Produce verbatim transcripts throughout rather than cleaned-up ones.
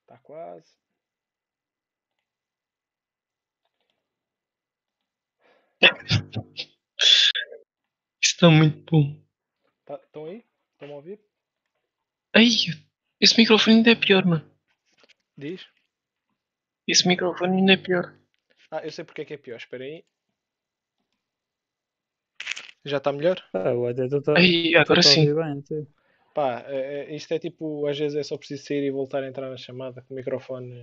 Está quase. Está muito bom. Tá, estão aí? Estão a ouvir? Ai, esse microfone ainda é pior, mano. Diz? Esse microfone ainda é pior. Ah, eu sei porque é que é pior. Espera aí. Já está melhor? Ah, eu até estou Ai, agora a sim. ouvir bem, sim. Pá, é- é- isto é tipo, às vezes é só preciso sair e voltar a entrar na chamada com o microfone.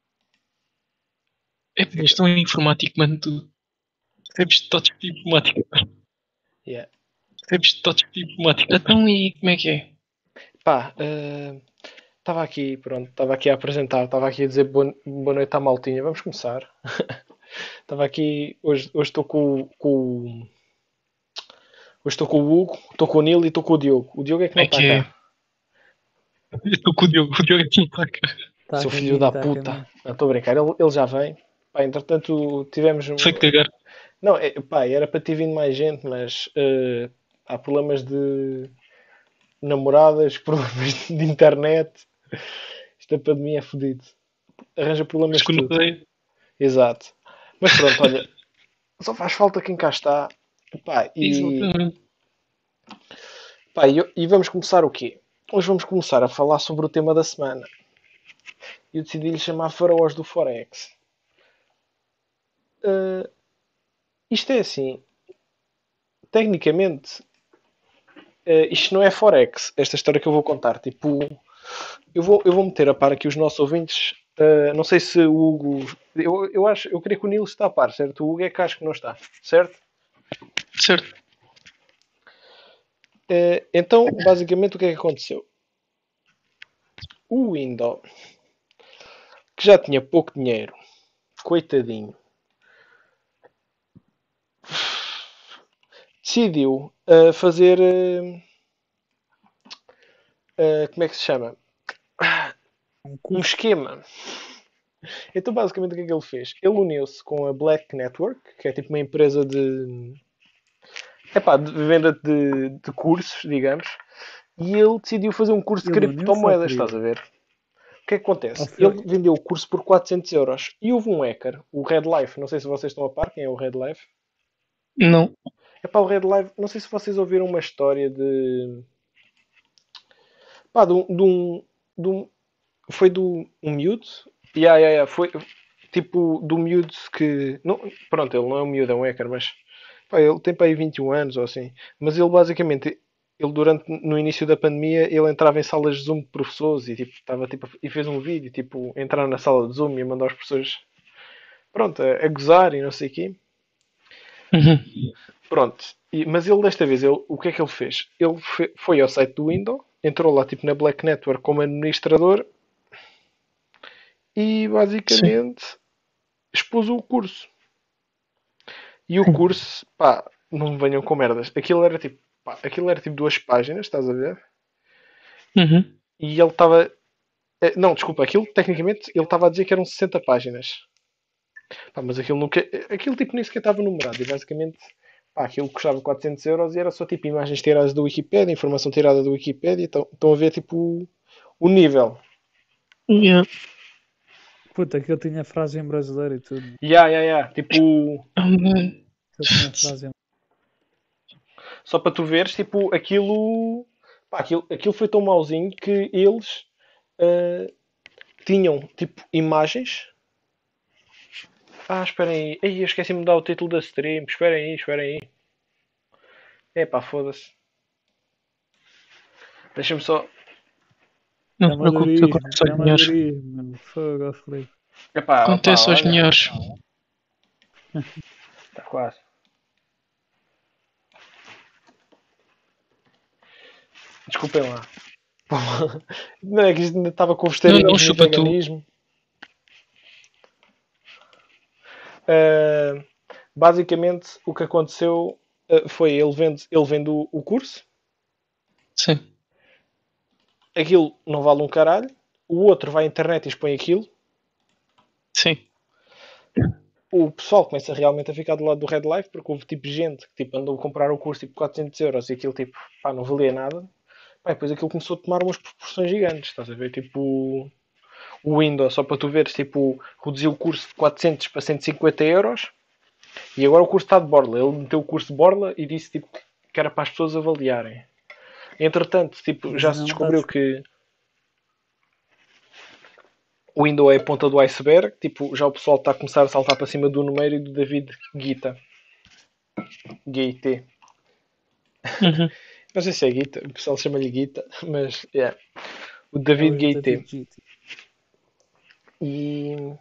É, Fica. mas tão informático, mano. Tu recebes toques de informática. Yeah. Recebes toques de informática. Então, e como é que é? Pá, estava aqui, pronto, estava aqui a apresentar, estava aqui a dizer boa, boa noite à maltinha. Vamos começar. Estava aqui, hoje hoje estou com, o- com, o- hoje estou com o Hugo, estou com o Nilo e estou com o Diogo. O Diogo é que Como não é está que é? cá. Eu estou com o Diogo. O Diogo é que não está cá. Está a Seu filho caminho, da está a puta. caminho. Não, estou a brincar, ele, ele já vem. Pá, entretanto, tivemos. um- Foi cagar. Não, é, pá, era para ter vindo mais gente, mas eh, há problemas de namoradas, problemas de internet. Esta pandemia é fodido. Arranja problemas Mas de com tudo. rodeio. Exato. Mas pronto, olha, só faz falta quem cá está. Pá, e, Exatamente. pá, e, e vamos começar o quê? Hoje vamos começar a falar sobre o tema da semana. Eu decidi lhe chamar Faraós do Forex. Eh, isto é assim, tecnicamente, eh, isto não é Forex, esta história que eu vou contar. Tipo, eu vou, eu vou meter a par aqui os nossos ouvintes. Eh, não sei se o Hugo. Eu, eu acho, eu creio que o Nilo está a par, certo? O Hugo é que acho que não está, certo? Certo. Eh, então, basicamente, o que é que aconteceu? O Windows, que já tinha pouco dinheiro, coitadinho, decidiu uh, fazer. Uh, uh, como é que se chama? Um Um curso. esquema. Então, basicamente, o que é que ele fez? Ele uniu-se com a Black Network, que é tipo uma empresa de. Epá, de venda de, de cursos, digamos. E ele decidiu fazer um curso de Ele uniu-se ou criptomoedas, estás criou? a ver? O que é que Ou acontece? foi... Ele vendeu o curso por quatrocentos euros e houve um hacker, o Red Life. Não sei se vocês estão a par quem é o Red Life. Não. É para o Red Life. Não sei se vocês ouviram uma história de. Pá, de um. De um, de um foi do um miúdo. Yeah, yeah, yeah. Foi tipo do miúdo que. Não, pronto, ele não é um miúdo, é um hacker, mas. Pá, ele tem para aí vinte e um anos ou assim. Mas ele basicamente. Ele durante no início da pandemia ele entrava em salas de Zoom de professores e tipo estava tipo e fez um vídeo tipo entrar na sala de Zoom e a mandar os professores pronto a, a gozar e não sei o quê. Uhum. Pronto. E- mas ele desta vez, ele, o que é que ele fez? Ele fe- foi ao site do Windows, entrou lá tipo na Black Network como administrador e Sim. basicamente expôs o curso. E o curso, pá, não me venham com merdas. Aquilo era tipo, pá, aquilo era tipo duas páginas, estás a ver? Uhum. E ele estava. eh, Não, desculpa, aquilo tecnicamente ele estava a dizer que eram sessenta páginas. Pá, mas aquilo nunca. Aquilo tipo nem sequer estava numerado. E basicamente, pá, aquilo custava quatrocentos euros e era só tipo imagens tiradas da Wikipedia, informação tirada da Wikipedia. Então, estão a ver tipo o, o nível. Yeah. Puta, que eu tinha frase em brasileiro e tudo. Ya, ya, ya. Tipo, Uhum. Eu tinha frase em... só para tu veres, tipo, aquilo. Pá, aquilo, aquilo foi tão mauzinho que eles ah, tinham tipo imagens. Ah, esperem aí. Ei, eu esqueci-me de dar o título da stream. Esperem aí, esperem aí. Epá, foda-se. Deixa-me só. Não É te preocupes, amadorismo, acontece é aos melhores. amadorismo, meu. Fogo, ó, Felipe. Epá, opá, Acontece aos olha. melhores. Está quase. Desculpem lá. Não é que isto ainda estava com Não, não, vegetarianismo e chupa tu. veganismo. Ah, basicamente, o que aconteceu ah, foi ele vende, ele vende o, o curso. Sim. Aquilo não vale um caralho. O outro vai à internet e expõe aquilo. Sim. O pessoal começa realmente a ficar do lado do Red Life porque houve tipo gente que tipo, andou a comprar o curso tipo quatrocentos euros e aquilo tipo pá, não valia nada. Pá, depois aquilo começou a tomar umas proporções gigantes, estás a ver? Tipo, o Windows, só para tu veres, tipo, reduziu o curso de quatrocentos para cento e cinquenta euros e agora o curso está de borla. Ele meteu o curso de borla e disse tipo, que era para as pessoas avaliarem. Entretanto, tipo, Mas já se ainda não está descobriu disponível. que o Windows é a ponta do iceberg. Tipo, já o pessoal está a começar a saltar para cima do número e do David Guetta. Guetta. Uhum. Não sei se é Guetta, o pessoal chama-lhe Guetta, mas é. Yeah. O É David o Guetta. David G T. E,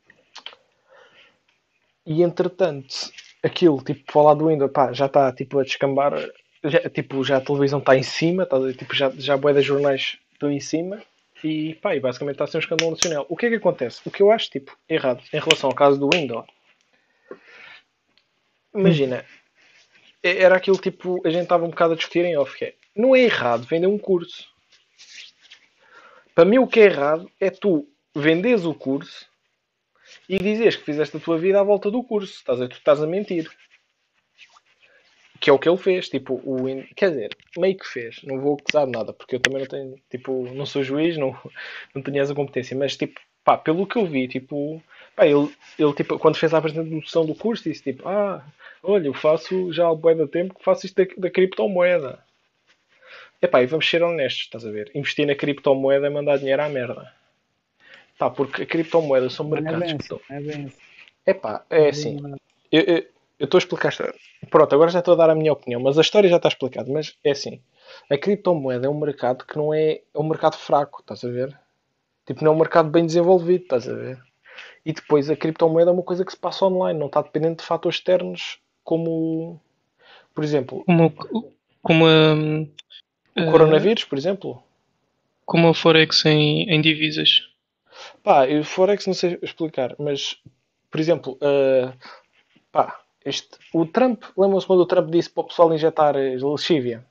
e entretanto, aquilo, tipo, falar do Windows, pá, já está tipo, a descambar. Já, tipo, já a televisão está em cima, tá, tipo, já, já a bué das jornais estão em cima. E, pá, e basicamente está a ser um escândalo nacional. O que é que acontece? O que eu acho, tipo, errado em relação ao caso do Windows, Hum. imagina, era aquilo, tipo, a gente estava um bocado a discutir em off, que é, não é errado vender um curso. Para mim o que é errado é tu vendes o curso e dizes que fizeste a tua vida à volta do curso. Estás a, tu estás a mentir. Que é o que ele fez. Tipo, o, quer dizer, meio que fez. Não vou acusar de nada, porque eu também não tenho, tipo, não sou juiz, não, não tenho essa competência. Mas, tipo, pá, pelo que eu vi, tipo, pá, ele, ele tipo, quando fez a apresentação do curso, disse tipo, ah, olha, eu faço já há bué de tempo que faço isto da, da criptomoeda. Epá, e vamos ser honestos, estás a ver? Investir na criptomoeda é mandar dinheiro à merda. Pá, porque a criptomoeda são Não é mercados bem que assim, estão. não é bem assim. Epá, Não é é bem assim. nada. Eu, eu, eu estou a explicar. Pronto, agora já estou a dar a minha opinião, mas a história já está explicada. Mas é assim. A criptomoeda é um mercado que não é. É um mercado fraco, estás a ver? Tipo, não é um mercado bem desenvolvido, estás a ver? E depois a criptomoeda é uma coisa que se passa online, não está dependente de fatores externos como, por exemplo, Como, como, a, o a- coronavírus, por exemplo. como a Forex em, em divisas. Pá, eu Forex não sei explicar, mas, por exemplo, uh, pá, este, o Trump, lembram-se quando o Trump disse para o pessoal injetar eh, lexívia?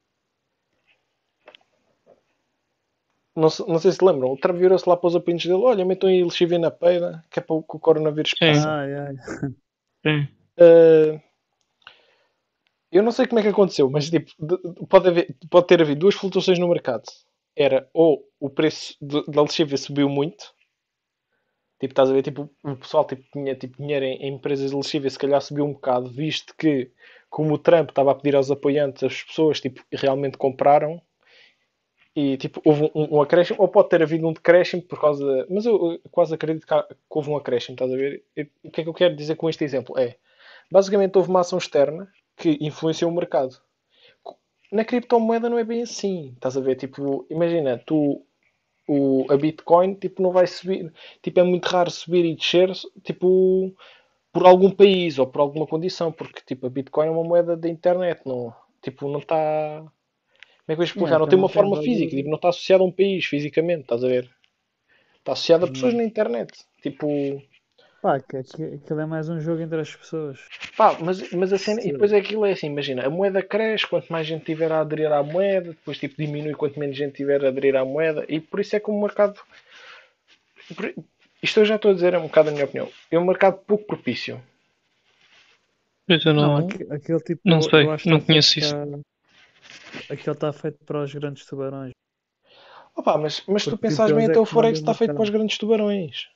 Não, se- não sei se lembram, o Trump virou-se lá para os opiniões dele, olha, metam aí lexívia na peida, que é para o que o coronavírus Sim, passa. Ai, ai. sim. Uh, eu não sei como é que aconteceu, mas tipo, de- pode, haver, pode ter havido duas flutuações no mercado. Era ou o preço de- da lexívia subiu muito, tipo, estás a ver, tipo, o pessoal tipo, tinha tipo, dinheiro em, em empresas de lexívia, se calhar subiu um bocado, visto que, como o Trump estava a pedir aos apoiantes, as pessoas tipo, realmente compraram e tipo, houve um, um acréscimo, ou pode ter havido um decréscimo por causa. Mas eu, eu quase acredito que, há- que houve um acréscimo, estás a ver? E o que é que eu quero dizer com este exemplo? É basicamente houve uma ação externa que influenciou o mercado. Na criptomoeda não é bem assim, estás a ver? Tipo, imagina, tu o, a Bitcoin tipo, não vai subir, tipo, é muito raro subir e descer tipo, por algum país ou por alguma condição, porque tipo, a Bitcoin é uma moeda da internet, não, tipo, não está. Como é que eu vou É, explicar? Não então tem uma não tem forma física, valor. tipo, não está associado a um país fisicamente, estás a ver? Está associado a pessoas Hum. na internet. Tipo, Pá, que aqui- aquilo é mais um jogo entre as pessoas. pá, mas, mas a cena. E depois Se- é aquilo é assim, imagina, a moeda cresce quanto mais gente tiver a aderir à moeda, depois tipo diminui quanto menos gente tiver a aderir à moeda, e por isso é que o mercado. Isto eu já estou a dizer, é um bocado a minha opinião. É um mercado pouco propício. Pois eu Não, não, aqui- aquele não tipo, sei, eu acho que não está feito conheço isso. para. Aquele está feito para os grandes tubarões. Opa, mas, mas se tu Porque tipo, pensares bem, eles é até o que Forex comandam o está feito para os mercado. grandes tubarões.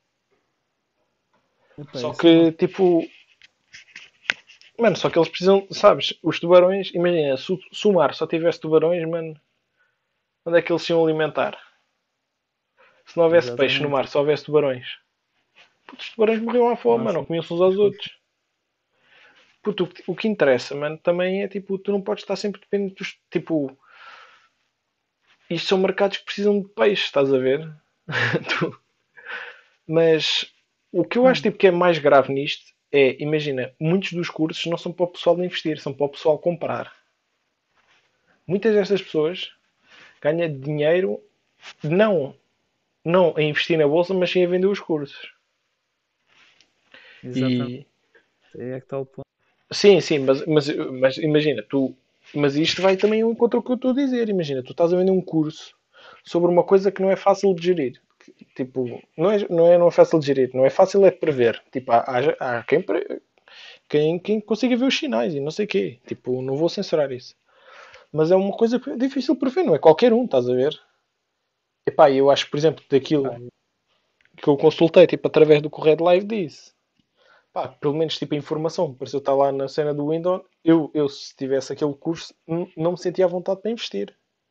Epá, Só isso eu não. que, tipo, mano, só que eles precisam, sabes, os tubarões, imagina, se o, se o mar só tivesse tubarões, mano, onde é que eles se iam alimentar? Se não houvesse peixe no Exatamente. mar, só houvesse tubarões. Puto, os tubarões morriam à fome, Nós mano, não somos comiam-se uns aos os outros. Puto, o, que- o que interessa, mano, também é, tipo, tu não podes estar sempre dependente dos, tipo, isto são mercados que precisam de peixe, estás a ver? Tu- Mas o que eu acho, Hum, tipo, que é mais grave nisto é, imagina, muitos dos cursos não são para o pessoal investir, são para o pessoal comprar. Muitas destas pessoas ganham dinheiro não, não a investir na bolsa, mas sim a vender os cursos. exatamente. E Aí é que está o ponto. sim, sim, mas, mas, mas imagina, tu, mas isto vai também ao encontro do que eu estou a dizer. Imagina, tu estás a vender um curso sobre uma coisa que não é fácil de gerir. Tipo, não é, não é, não é fácil de gerir, não é fácil é de prever. Tipo, há, há, há quem, quem, quem consiga ver os sinais e não sei o quê. Tipo, não vou censurar isso. Mas é uma coisa difícil de prever, não é qualquer um, estás a ver? Epá, eu acho, por exemplo, Pá, daquilo. que eu consultei, tipo, através do que o Red Live disse. Pá, pelo menos, tipo, a informação que pareceu estar lá na cena do Windows, eu, eu se tivesse aquele curso, n- não me sentia à vontade para investir.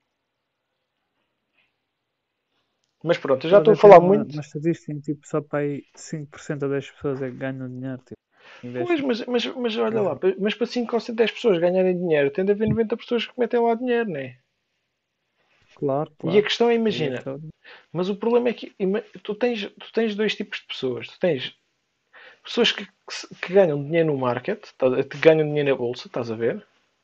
Mas pronto, eu já Estás estou a a ter falar uma, muito. uma estatística em tipo só para aí cinco por cento a dez pessoas é que ganham dinheiro, tipo, Pois, investem. mas, mas, mas olha lá, mas para cinco ou dez pessoas ganharem dinheiro, tem de haver noventa pessoas que metem lá dinheiro, não é? Claro, E a claro. questão é, Aí é imagina, que é o- mas o problema é que ima- tu tens, tu tens dois tipos de pessoas. Tu tens pessoas que, que se- que ganham dinheiro no market, tá- que ganham dinheiro na bolsa, estás a ver?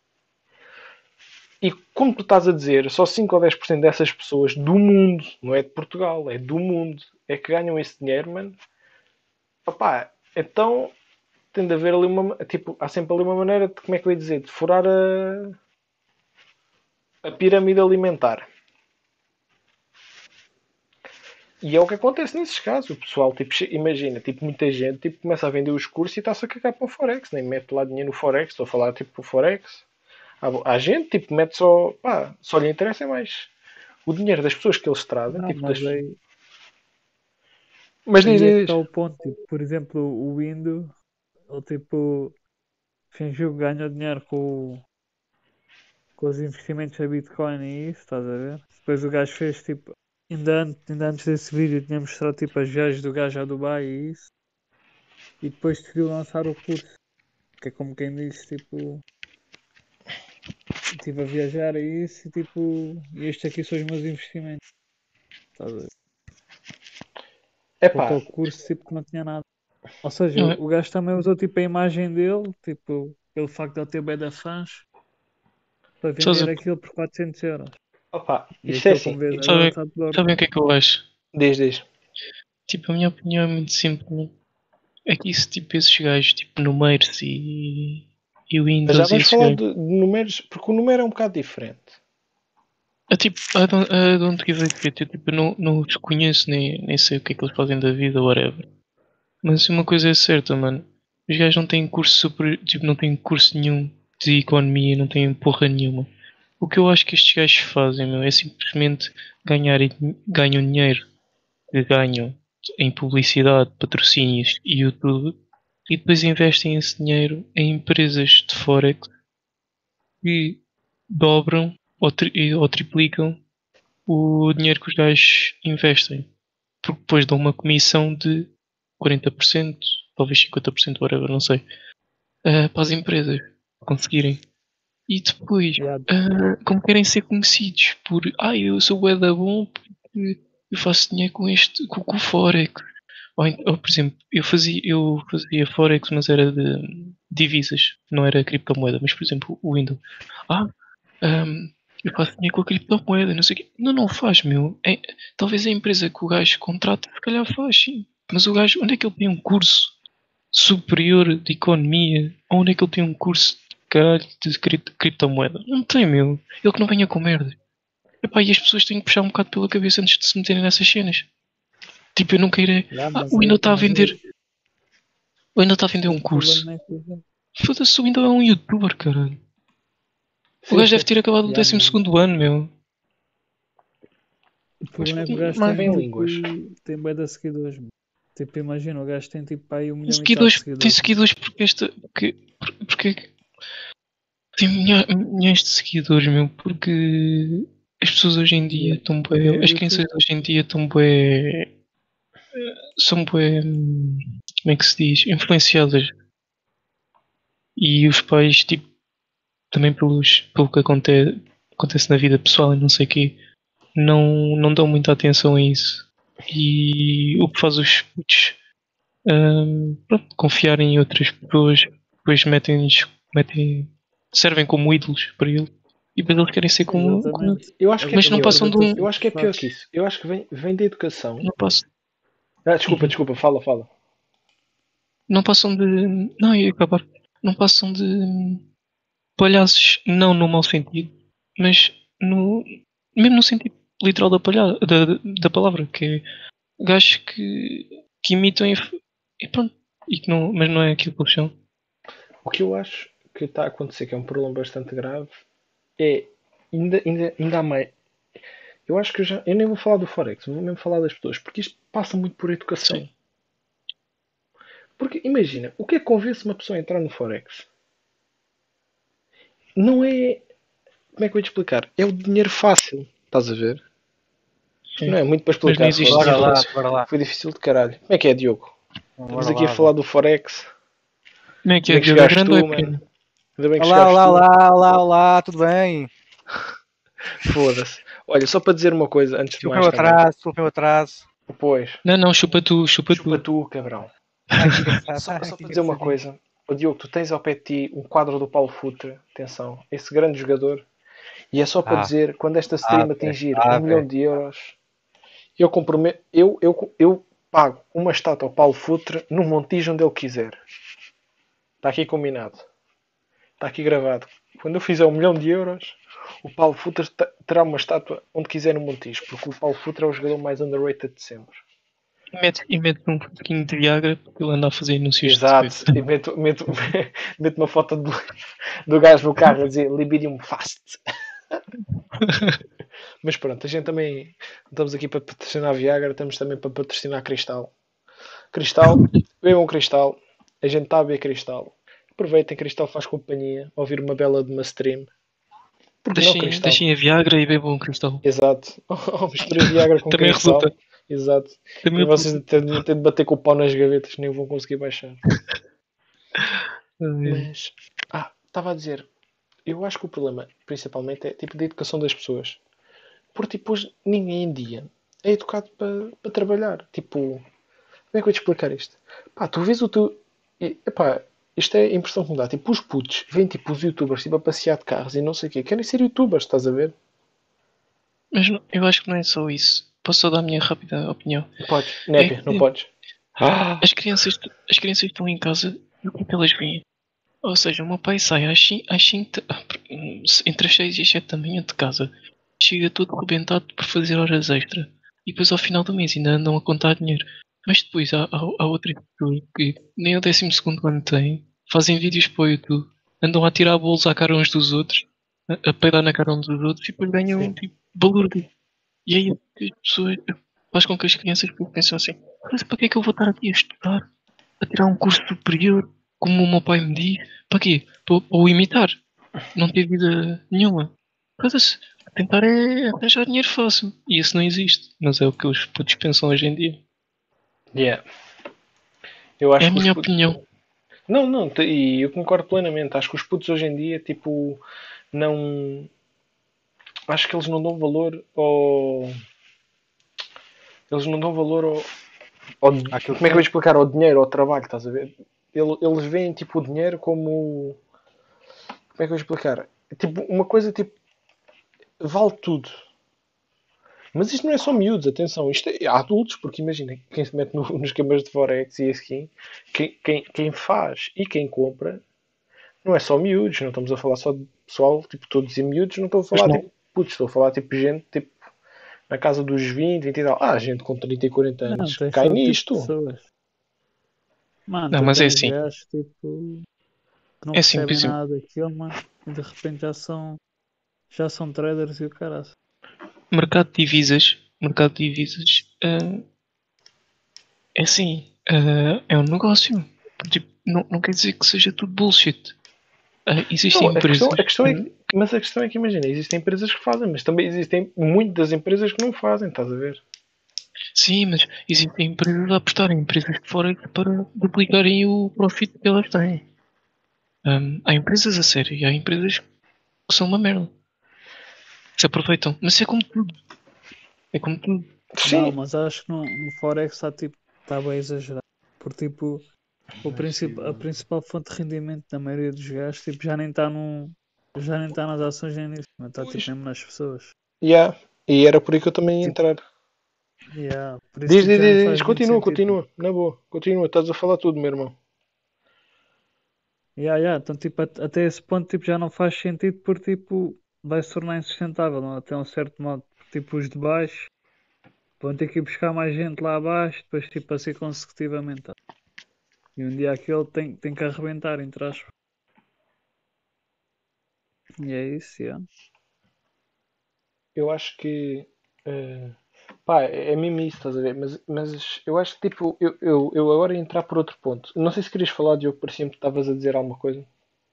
E como tu estás a dizer, só cinco ou dez por cento dessas pessoas do mundo, não é de Portugal, é do mundo, é que ganham esse dinheiro, mano. Opá, então tem de haver ali uma. Tipo, há sempre ali uma maneira de, como é que eu ia dizer, de furar a, a pirâmide alimentar. E é o que acontece nesses casos. O pessoal, tipo, imagina, tipo, muita gente tipo, começa a vender os cursos e está-se a cagar para o Forex, nem mete lá dinheiro no Forex, estou a falar tipo o Forex. Há, há gente, tipo, mete só, pá, só lhe interessa é mais o dinheiro das pessoas que eles trazem, Não, tipo, das. mas aí, Mas diz, aí é que diz, está diz. o ponto. Tipo, por exemplo, o Windows, ele tipo fingiu que ganhou dinheiro com, o- com os investimentos a Bitcoin e isso, estás a ver? Depois o gajo fez tipo, ainda antes, ainda antes desse vídeo tinha mostrado tipo as viagens do gajo a Dubai e isso, e depois decidiu lançar o curso, que é como quem diz, tipo, estive a viajar e isso, e tipo, e estes aqui são os meus investimentos, estás a ver? É Quanto pá, ao curso, tipo, que não tinha nada. Ou seja, Não é? o gajo também usou tipo a imagem dele, tipo, pelo facto de ele ter bué de fãs, para Estás vender a- aquilo por quatrocentos euros. opá, E isto é aquilo, assim. como vês agora, Sabem, está de bordo. sabem o que é que eu acho? Diz, diz. Tipo, a minha opinião é muito simples. Né? É que isso, tipo, esses gajos, tipo, Numeiros e, e Mas já Windows e vamos esses falar gajos. de, de números, porque o número é um bocado diferente. É tipo, I don't, I don't give a shit. Eu, tipo, não, não os conheço, nem, nem sei o que é que eles fazem da vida, whatever. Mas uma coisa é certa, mano. Os gajos não têm curso super, tipo, não têm curso nenhum de economia, não têm porra nenhuma. O que eu acho que estes gajos fazem, meu, é simplesmente ganhar, ganham dinheiro que ganham em publicidade, patrocínios e YouTube e depois investem esse dinheiro em empresas de Forex que dobram ou, tri- ou triplicam o dinheiro que os gajos investem. Porque depois dão uma comissão de quarenta por cento, talvez cinquenta por cento, whatever, não sei, eh, para as empresas conseguirem. E depois, Yeah. ah, como querem ser conhecidos por, ah, eu sou bué da bom porque eu faço dinheiro com este, com, com o Forex. Ou, ent- ou, por exemplo, eu fazia, eu fazia Forex, mas era de divisas, não era criptomoeda, mas por exemplo, o Windows. Ah, ahm, eu faço dinheiro com a criptomoeda, não sei o quê. Não, não faz, meu. É, talvez a empresa que o gajo contrata, se calhar faz, sim. Mas o gajo, onde é que ele tem um curso superior de economia? Ou onde é que ele tem um curso de caralho de cripto- criptomoeda? Não tem, meu. Ele que não venha com merda. Epá, e as pessoas têm que puxar um bocado pela cabeça antes de se meterem nessas cenas. Tipo, eu nunca irei. Yeah, Ah, mas o Windows aí, está a mas vender. aí, O Windows está a vender o um curso. problema é que. Foda-se, o Windows é um youtuber, caralho. O Sim, gajo sim. deve ter acabado o Yeah, décimo mas segundo ano, meu. o Mas, problema é que o gajo mas tem bem línguas. tipo. Tem bué de seguidores, mano. Tipo, imagina, o gajo tem tipo aí um Tem milhão e tal de seguidores, tem seguidores. seguidores porque esta. Porque, porque tem milha- milhões de seguidores, meu. Porque as pessoas hoje em dia E, estão e bué. é As crianças YouTube. hoje em dia estão bué. São bué. hum, Como é que se diz? Influenciadas. E os pais, tipo, também pelos, pelo que acontece, acontece na vida pessoal e não sei o quê, não, não dão muita atenção a isso. E o que faz os putos hum, pronto, confiar em outras pessoas, depois metem, metem servem como ídolos para ele e depois eles querem ser como, como ele. Exatamente. Eu acho que é Mas não pior. passam de Aproveita-se um. dos Eu acho que é pior que fatos. isso. Eu acho que vem, vem da educação. Não passam, Ah, desculpa, uhum. desculpa, fala, fala. Não passam de. Não, ia acabar. Não passam de palhaços, não no mau sentido, mas no, mesmo no sentido literal da, palha, da, da palavra, que é gajos que, que imitam e, e pronto, e que não, mas não é aquilo que eles são. O que eu acho que está a acontecer, que é um problema bastante grave, é ainda, ainda, ainda há mais. Eu acho que eu já. Eu nem vou falar do Forex, vou mesmo falar das pessoas, porque isto passa muito por educação. Sim. Porque imagina, o que é que convence uma pessoa a entrar no Forex? Não é. Como é que eu vou te explicar? É o dinheiro fácil, estás a ver? Sim. Não é muito para Mas não explicar, existe foda-se. Bora dinheiro lá, fácil. bora lá. Foi difícil de caralho. Como é que é, Diogo? Estamos Bora aqui a lá, falar bora. do Forex. Como é que Ainda é, bem que Diogo? É chegaste grande ou é tu, mano. pequeno? Ainda bem que Olá, chegaste olá, tu. olá, olá, olá, tudo bem? Foda-se. Olha, só para dizer uma coisa, antes de Desculpem mais o também. atraso, desculpem o atraso. Pois, Não, não, chupa tu, chupa chupa tu. tu, cabrão. Ai, que engraçado. Só, Ai, só que para dizer uma engraçadinho. coisa. O Diogo, tu tens ao pé de ti um quadro do Paulo Futre. Atenção, esse grande jogador. E é só para Ah, dizer, quando esta ah, stream vê, atingir um ah, milhão vê. de euros, eu comprometo, eu, eu, eu pago uma estátua ao Paulo Futre no Montijo onde ele quiser. Está aqui combinado. Está aqui gravado. Quando eu fizer um milhão de euros, o Paulo Futre terá uma estátua onde quiser no Montijo, porque o Paulo Futre é o jogador mais underrated de sempre. E mete, e mete um pouquinho de Viagra porque ele anda a fazer anúncios Exato. de coisa. E meto, meto, meto uma foto do, do gajo no carro a dizer Libidium Fast. Mas pronto, a gente também não estamos aqui para patrocinar Viagra, estamos também para patrocinar Cristal. Cristal, bebam Cristal. A gente está a ver Cristal. Aproveitem, Cristal faz companhia. Ouvir uma bela de uma stream. Porque não Deixem, Cristal? deixem a Viagra e bebam um cristal. Exato. Ou misturem Viagra com Também Cristal. resulta. Exato. Também E vocês resulta. têm de bater com o pau nas gavetas, nem vão conseguir baixar. Ai, Mas, ah, estava a dizer, eu acho que o problema, principalmente, é tipo de educação das pessoas. Porque tipo, hoje ninguém em dia é educado para, para trabalhar. Tipo, como é que eu vou te explicar isto? Pá, tu vês o teu. e, Epá, isto é a impressão que me dá. Tipo, os putos vêm tipo os youtubers tipo, a passear de carros e não sei o quê. Querem ser youtubers, estás a ver? Mas não- eu acho que não é só isso. Posso só dar a minha rápida opinião? Podes. É Népia, não que podes. Ah! as crianças, as crianças estão em casa e o que é que elas veem? Ou seja, o meu pai sai às cinco, às cinco entre as seis e as sete da manhã de casa. Chega todo rebentado por fazer horas extra. E depois ao final do mês ainda andam a contar dinheiro. Mas depois há, há, há outra pessoa que nem o décimo segundo ano tem. Fazem vídeos para o YouTube. Andam a tirar bolos à cara uns dos outros. A, a peidar na cara uns dos outros. E depois ganham Sim. tipo balúrdio. E aí as pessoas faz com que as crianças pensem assim: mas para que é que eu vou estar aqui a estudar? A tirar um curso superior? Como o meu pai me diz? Para quê? Para, para o imitar? Não ter vida nenhuma. Coisas. Tentar é arranjar dinheiro fácil. E isso não existe. Mas é o que os putos pensam hoje em dia. Yeah. Eu É acho a que os minha putos. opinião. Não, não, te- e eu concordo plenamente. Acho que os putos hoje em dia, tipo, não. Acho que eles não dão valor ao. Eles não dão valor ao. ao- Aquilo Como é que eu que vou é. explicar? Ao dinheiro, ao trabalho, estás a ver? Ele- Eles veem, tipo, o dinheiro como. Como é que eu vou explicar? Tipo, uma coisa, tipo, vale tudo. Mas isto não é só miúdos, atenção, isto é há adultos, porque imagina, quem se mete no- nos camas de Forex e assim, quem, quem, quem faz e quem compra, não é só miúdos, não estamos a falar só de pessoal, tipo, todos em miúdos, não estou a Mas falar não. tipo, putz, estou a falar tipo gente, tipo, na casa dos vinte, vinte e tal. Ah, gente com trinta e quarenta Não, anos, tens cai todo tipo de nisto. pessoas. Mano, Não, tu mas é tens assim. gajos tipo que não É assim, por percebem exemplo. nada daquilo, mano, e de repente já são, já são traders e o caralho. Mercado de divisas. Mercado de divisas. ah, é assim. ah, é um negócio. Tipo, não, não quer dizer que seja tudo bullshit. Ah, Não, existem a questão, empresas. a questão é hum, que, mas a questão é que imagina, existem empresas que fazem, mas também existem muitas empresas que não fazem, estás a ver? Sim, mas existem empresas a apostar em empresas de fora para duplicarem o profit que elas têm. Hum, há empresas a sério e há empresas que são uma merda. Se aproveitam. Mas é como tudo. É como tudo. Não, Sim, mas acho que no, no Forex está tipo, está bem exagerado. Porque tipo, o princip, a principal fonte de rendimento da maioria dos gajos tipo, já nem está num, já nem está nas ações nem nisso, mas está tipo pois. mesmo nas pessoas. Yeah. E era por aí que eu também ia Tipo, entrar. yeah, por isso Diz, tipo, diz, já não diz, faz diz, muito continua, sentido. continua, na boa, continua, estás a falar tudo, meu irmão. Yeah, yeah. Então, tipo, at- até esse ponto tipo, já não faz sentido porque tipo, vai se tornar insustentável, não? Até um certo modo. Tipo, os de baixo vão ter que ir buscar mais gente lá abaixo, depois tipo assim consecutivamente. Tá? E um dia aquele tem, tem que arrebentar, entre aspas. E é isso, yeah. Eu acho que. Eh, pá, é mesmo isso, estás a ver? Mas, mas eu acho que tipo, eu, eu, eu agora ia entrar por outro ponto. Não sei se querias falar, Diogo, parecia-me que estavas a dizer alguma coisa.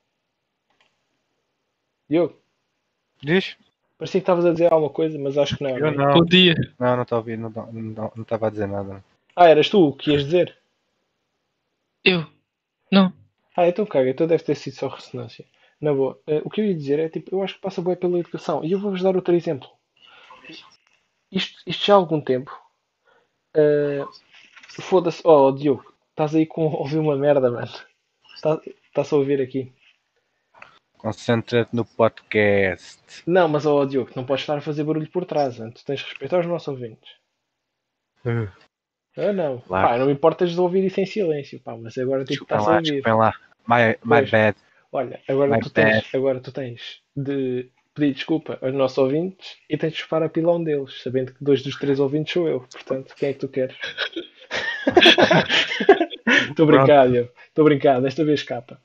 Diogo, Diz? parecia que estavas a dizer alguma coisa, mas acho que não, Eu né? Bom não. dia. Não, não estava a ouvir, não estava não, não, não estava a dizer nada. Ah, eras tu o que ias dizer? Eu? Não. Ah, então caga, então deve ter sido só ressonância. Na boa, eh, o que eu ia dizer é tipo, eu acho que passa bem pela educação. E eu vou-vos dar outro exemplo. Isto, isto já há algum tempo. eh, Foda-se. Oh, Diogo, estás aí com a ouvir uma merda, mano. Está- Estás a ouvir aqui. Concentra-te no podcast. Não, mas ó Diogo, não podes estar a fazer barulho por trás, antes tens de respeitar os nossos ouvintes. Uh, Ah, não. Claro. Pá, não me importas de ouvir isso em silêncio, pá, mas agora tipo Desculpem está-se a lá, ouvir. desculpem lá. My, my Pois, bad, olha, agora my tu bad. tens, agora tu tens de pedir desculpa aos nossos ouvintes e tens de chupar a pila a um deles, sabendo que dois dos três ouvintes sou eu. Portanto, quem é que tu queres? Estou Pronto. brincando, Diogo. Estou brincando, desta vez capa.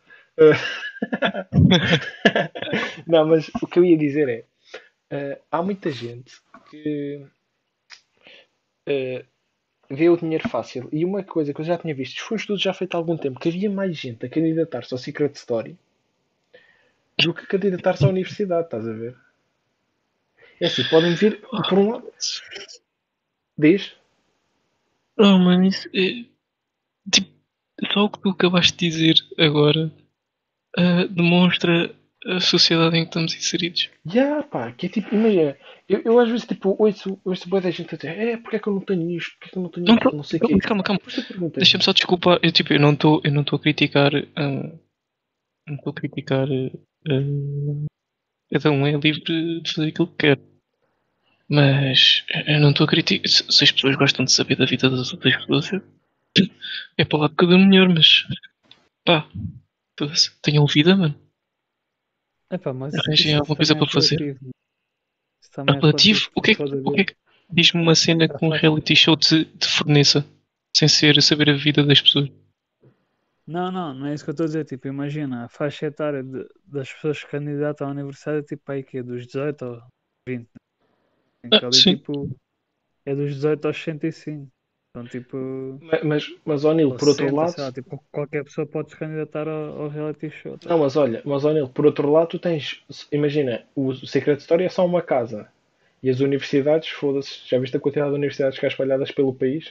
Não, mas o que eu ia dizer é, eh, há muita gente que eh, vê o dinheiro fácil. E uma coisa que eu já tinha visto, foi um estudo já feito há algum tempo, que havia mais gente a candidatar-se ao Secret Story do que candidatar-se à universidade, estás a ver? É assim, podem vir por um lado. Diz? Oh, mano, isso é. Tipo, só o que tu acabaste de dizer agora ah, demonstra a sociedade em que estamos inseridos. Já, pá, que é tipo, imagina, eu, eu às vezes tipo, ouço, ouço boa da gente a dizer, é, porque é que eu não tenho isto, porque é que eu não tenho Não aquilo, tô, não sei o calma, quê. calma, calma. Depois tu perguntas-me, Deixa-me só desculpar. Eu, tipo, eu não estou eu não estou a criticar. ah, não estou a criticar. ah, cada um é livre de fazer aquilo que quer. Mas eu não estou a criticar. Se, se as pessoas gostam de saber da vida das outras pessoas, é para lá de cada um melhor, mas pá, foda-se, tenham vida, mano. Epá, mas Arranjem isso, isso alguma coisa também é para fazer. relativo. Isso também é relativo, Relativo? O que é que, pode o que é haver. que diz-me uma cena A que um faixa. reality show te, te forneça, sem ser saber a vida das pessoas? Não, não, não é isso que eu estou a dizer. Tipo, imagina, a faixa etária de- das pessoas que candidatam à universidade é tipo aí que é dos dezoito aos vinte. Né? Ah, Que ali sim. tipo é dos dezoito aos sessenta e cinco. Então tipo, mas, mas, mas ó Nil, ou por outro sessenta, lado, sei lá, tipo, qualquer pessoa pode se candidatar ao, ao reality show. Tá? não, mas olha, mas ó Nil, por outro lado, tu tens, imagina, o Secret Story é só uma casa. E as universidades, foda-se, já viste a quantidade de universidades que há espalhadas pelo país?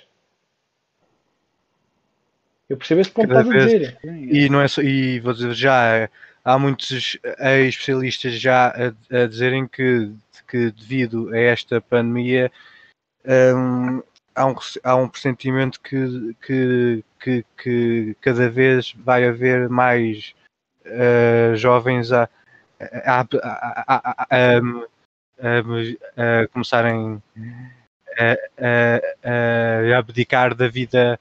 Eu percebo esse ponto que Cada estás a vez. dizer. Sim, E é. não é só. E vou dizer já, há muitos especialistas já a, a dizerem que, que devido a esta pandemia hum, há, um, há um pressentimento que, que, que, que cada vez vai haver mais uh, jovens a, a, a, a, a, a, a começarem a, a, a abdicar da vida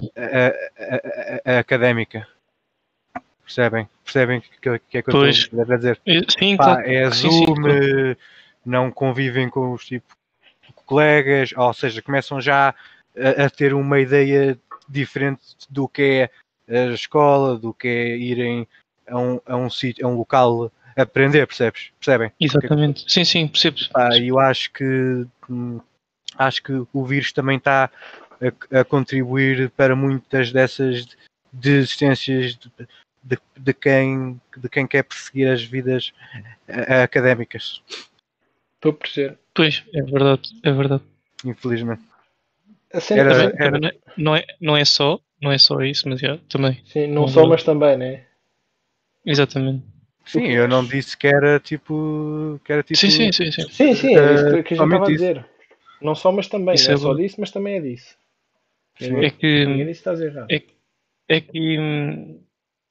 a, a, a, académica. Percebem? Percebem o que, que é que eu Pois, estou a dizer? eh, sim, claro. Pá, é Sim, sim, Zoom, claro. eh, não convivem com os tipo, colegas, ou seja, começam já a, a ter uma ideia diferente do que é a escola, do que é irem a um, a um sítio, a um local aprender, percebes? Percebem? O que é que eu estou- Exatamente. Sim, sim, percebo. Pá, eu acho que hum, acho que o vírus também está a, a contribuir para muitas dessas desistências de, de, de quem, de quem quer perseguir as vidas eh, académicas, Estou a perceber. Pois, é verdade, é verdade. infelizmente. A cena, a Era, Também, cena- também era, não, é, não, é, não é só, não é só isso, mas já, também. sim, É não só, verdade. mas também, né? Exatamente. O sim, que eu eu não acho. disse que era tipo, que era Sim, sim, tipo, sim, sim. Sim, sim, é isso eh, que, que a gente estava a somente isso. dizer. Não só, mas também. Não Isso é é só verdade. disso, mas também é disso. Sim, É Ninguém, ninguém que, disse que estás errado. é, é que, hum,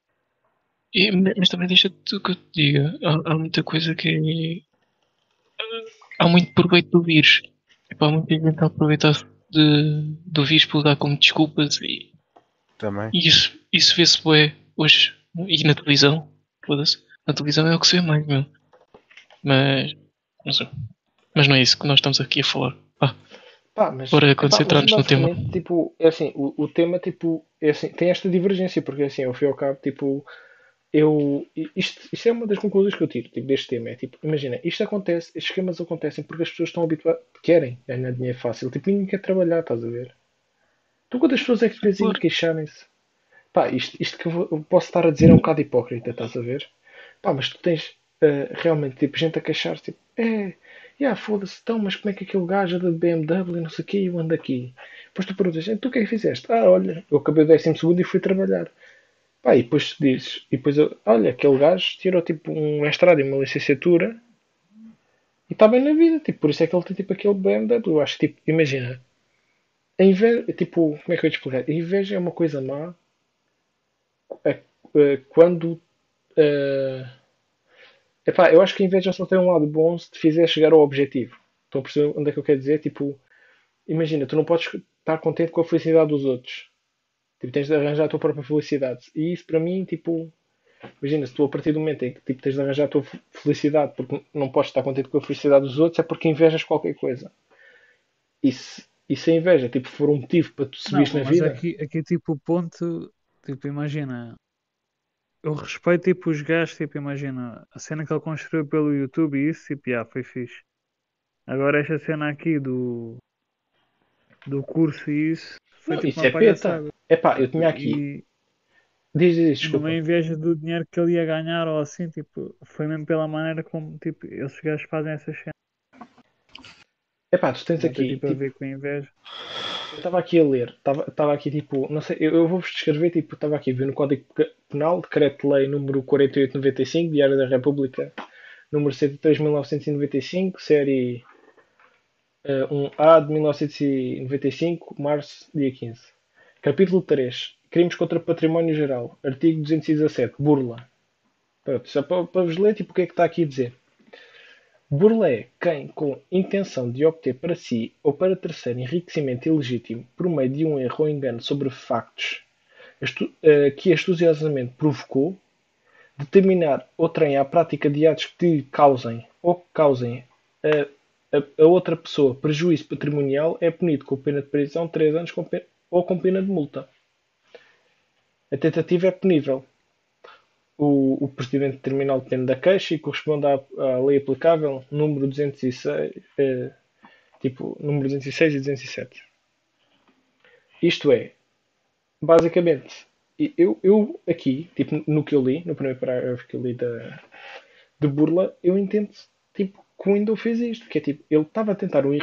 é- mas também deixa-te que eu te diga, há, há muita coisa que é, há muito proveito do vírus. Epá, há muita gente a aproveitar-se de, do vírus para usar como desculpas e, também. e isso, isso vê-se bué hoje. E na televisão, foda-se. Na televisão é o que se vê mais, meu. Mas, não sei. Mas não é isso que nós estamos aqui a falar. Ah, Pá, mas, bora epá, mas concentrar-nos no tema. basicamente, tipo, é assim, o, o tema, tipo, é assim, tem esta divergência, porque assim, ao fim e ao cabo, tipo, eu, isto, isto é uma das conclusões que eu tiro tipo, deste tema. É tipo, imagina, isto acontece, estes esquemas acontecem porque as pessoas estão habituadas, querem ganhar dinheiro fácil. Tipo, ninguém quer trabalhar, estás a ver? Tu quantas pessoas é que vês aí Claro. queixarem-se? Pá, isto, isto que eu, vou- eu posso estar a dizer é um bocado hipócrita, estás a ver? Pá, mas tu tens eh, realmente tipo, gente a queixar-se, tipo, é, yeah, foda-se, então, mas como é que aquele gajo anda de B M W e não sei o quê, e eu ando aqui? Depois tu perguntas, "Então, tu o que é que fizeste? Ah, olha, eu acabei o décimo segundo e fui trabalhar. Pá, e depois dizes, e depois, eu, olha, aquele gajo tirou tipo um mestrado e uma licenciatura e está bem na vida, tipo, por isso é que ele tem tipo aquele B M W. Eu acho que, tipo, imagina, a inveja, tipo, como é que eu ia te explicar? A inveja é uma coisa má eh, eh, quando. eh, epá, eu acho que a inveja só tem um lado bom se te fizer chegar ao objetivo. Estão a perceber onde é que eu quero dizer? Tipo, imagina, tu não podes estar contente com a felicidade dos outros. Tipo, tens de arranjar a tua própria felicidade. E isso para mim, tipo, imagina, se tu a partir do momento em que tipo, tens de arranjar a tua felicidade porque não podes estar contente com a felicidade dos outros, é porque invejas qualquer coisa. E se, e se a inveja tipo, for um motivo para tu Não, subires na mas vida, aqui, aqui tipo o ponto, tipo, imagina, eu respeito tipo os gajos, tipo, imagina, a cena que ele construiu pelo YouTube e isso, tipo, já, foi fixe. Agora esta cena aqui do, do curso e isso, foi não, tipo isso uma é peta. palhaçada. Epá, eu Tipo, tinha aqui. e, Diz, diz, e numa desculpa. inveja do dinheiro que ele ia ganhar ou assim, tipo, foi mesmo pela maneira como, tipo, esses gajos fazem essas cenas. Epá, tu tens Não tem aqui, tipo a tipo, ver com inveja. eu estava aqui a ler, estava estava aqui tipo, não sei, eu, eu vou-vos descrever, tipo, estava aqui a ver no Código Penal, Decreto-Lei número quarenta e oito noventa e cinco, Diário da República, número cento e três mil novecentos e noventa e cinco, série eh, um A de mil novecentos e noventa e cinco, março, dia quinze. Capítulo três. Crimes contra património geral. Artigo duzentos e dezassete. Burla. Pronto, só para, para vos ler, tipo, o que é que está aqui a dizer. Burla é quem, com intenção de obter para si ou para terceiro enriquecimento ilegítimo por meio de um erro ou engano sobre factos astu- eh, que astuciosamente provocou, determinar outrem à prática de atos que causem ou que causem a, a- a outra pessoa prejuízo patrimonial é punido com pena de prisão de três anos com pe- ou com pena de multa. A tentativa é punível. O, o procedimento terminal depende da queixa e corresponde à, à lei aplicável número duzentos e seis, eh, tipo, número duzentos e seis e duzentos e sete. Isto é, basicamente, eu, eu aqui, tipo, no que eu li, no primeiro parágrafo que eu li da, de burla, eu entendo tipo, que o Windows fez isto, que é tipo, ele estava a tentar um,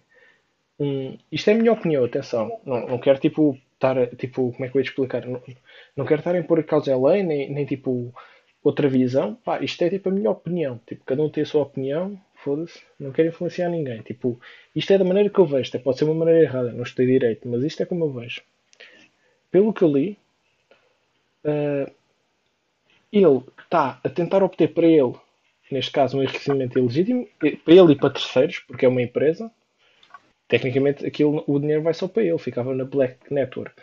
um. Isto é a minha opinião, atenção. Não, não quero tipo estar a- tipo, como é que eu ia te explicar? Não, não quero estar a impor a causa à lei, nem, nem tipo outra visão. Pá, isto é tipo a minha opinião. Tipo, cada um tem a sua opinião, foda-se, não quero influenciar ninguém. Tipo, isto é da maneira que eu vejo, até pode ser uma maneira errada, não estou direito, mas isto é como eu vejo. Pelo que eu li, eh, ele está a tentar obter para ele, neste caso, um enriquecimento ilegítimo, eh, para ele e para terceiros, porque é uma empresa. Tecnicamente, aquilo, o dinheiro vai só para ele, ficava na Black Network.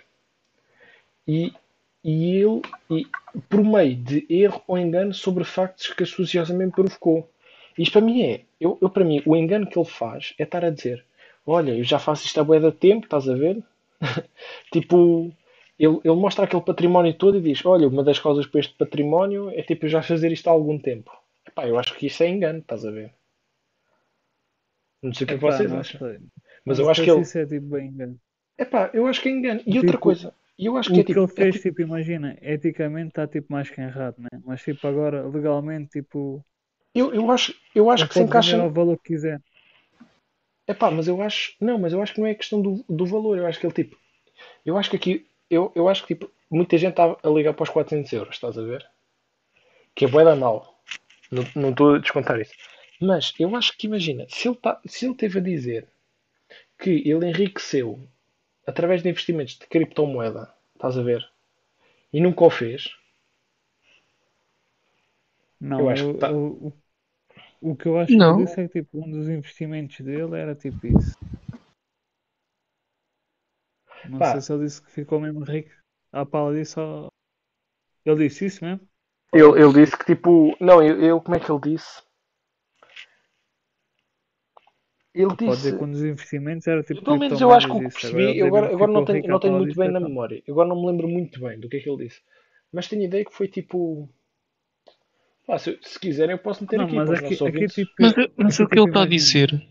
E, e ele, e, por meio de erro ou engano sobre factos que associosamente provocou. Isto para mim é, eu, eu para mim, o engano que ele faz é estar a dizer: Olha, eu já faço isto há bué de tempo, estás a ver? Tipo, ele, ele mostra aquele património todo e diz: Olha, uma das causas para este património é tipo eu já fazer isto há algum tempo. Epá, eu acho que isso é engano, estás a ver? Não sei o que é que Epá, vocês não acham. sei. Mas Não eu acho sei que se ele. isso é tipo bem engano. Epá, eu acho que é engano. E outra Tipo, coisa, eu acho que o é que tipo. ele É fez, tipo tipo, imagina, eticamente está tipo mais que errado, né? Mas tipo, agora, legalmente, tipo, eu, eu, acho, eu acho ele que se pode vender encaixa. ao valor que quiser. Epá, mas eu acho. Não, mas eu acho que não é questão do, do valor. Eu acho que ele tipo. Eu acho que aqui. Eu, eu acho que tipo. Muita gente está a ligar para os quatrocentos euros, estás a ver? Que é bué da mal. Não não estou a descontar isso. Mas eu acho que imagina, se ele, tá, se ele teve a dizer que ele enriqueceu através de investimentos de criptomoeda, estás a ver? E nunca o fez, eu Não, acho que eu, está. eu, o, o que eu acho que ele Não. disse é que tipo, um dos investimentos dele era tipo isso. Não sei Pá, se ele disse que ficou mesmo rico à pala disso ou... Ele disse isso mesmo? ele, ele disse que tipo. Não, eu, eu- como é que ele disse? Ele Ele pode dizer disse. que um dos investimentos era Eu, tipo pelo menos eu acho que criptomoedas o e que isso. Agora percebi, ele eu dizer agora, mesmo que agora não, ficou tenho, rico não à tenho pala muito disso bem é na pá. memória. Agora não me lembro muito bem do que é que ele disse. Mas tenho ideia que foi tipo. Pá, se, se quiserem eu posso meter Não, aqui mas para os aqui, nossos aqui ouvintes. tipo. Mas, mas Aqui o que ele tipo, está a imagina. dizer,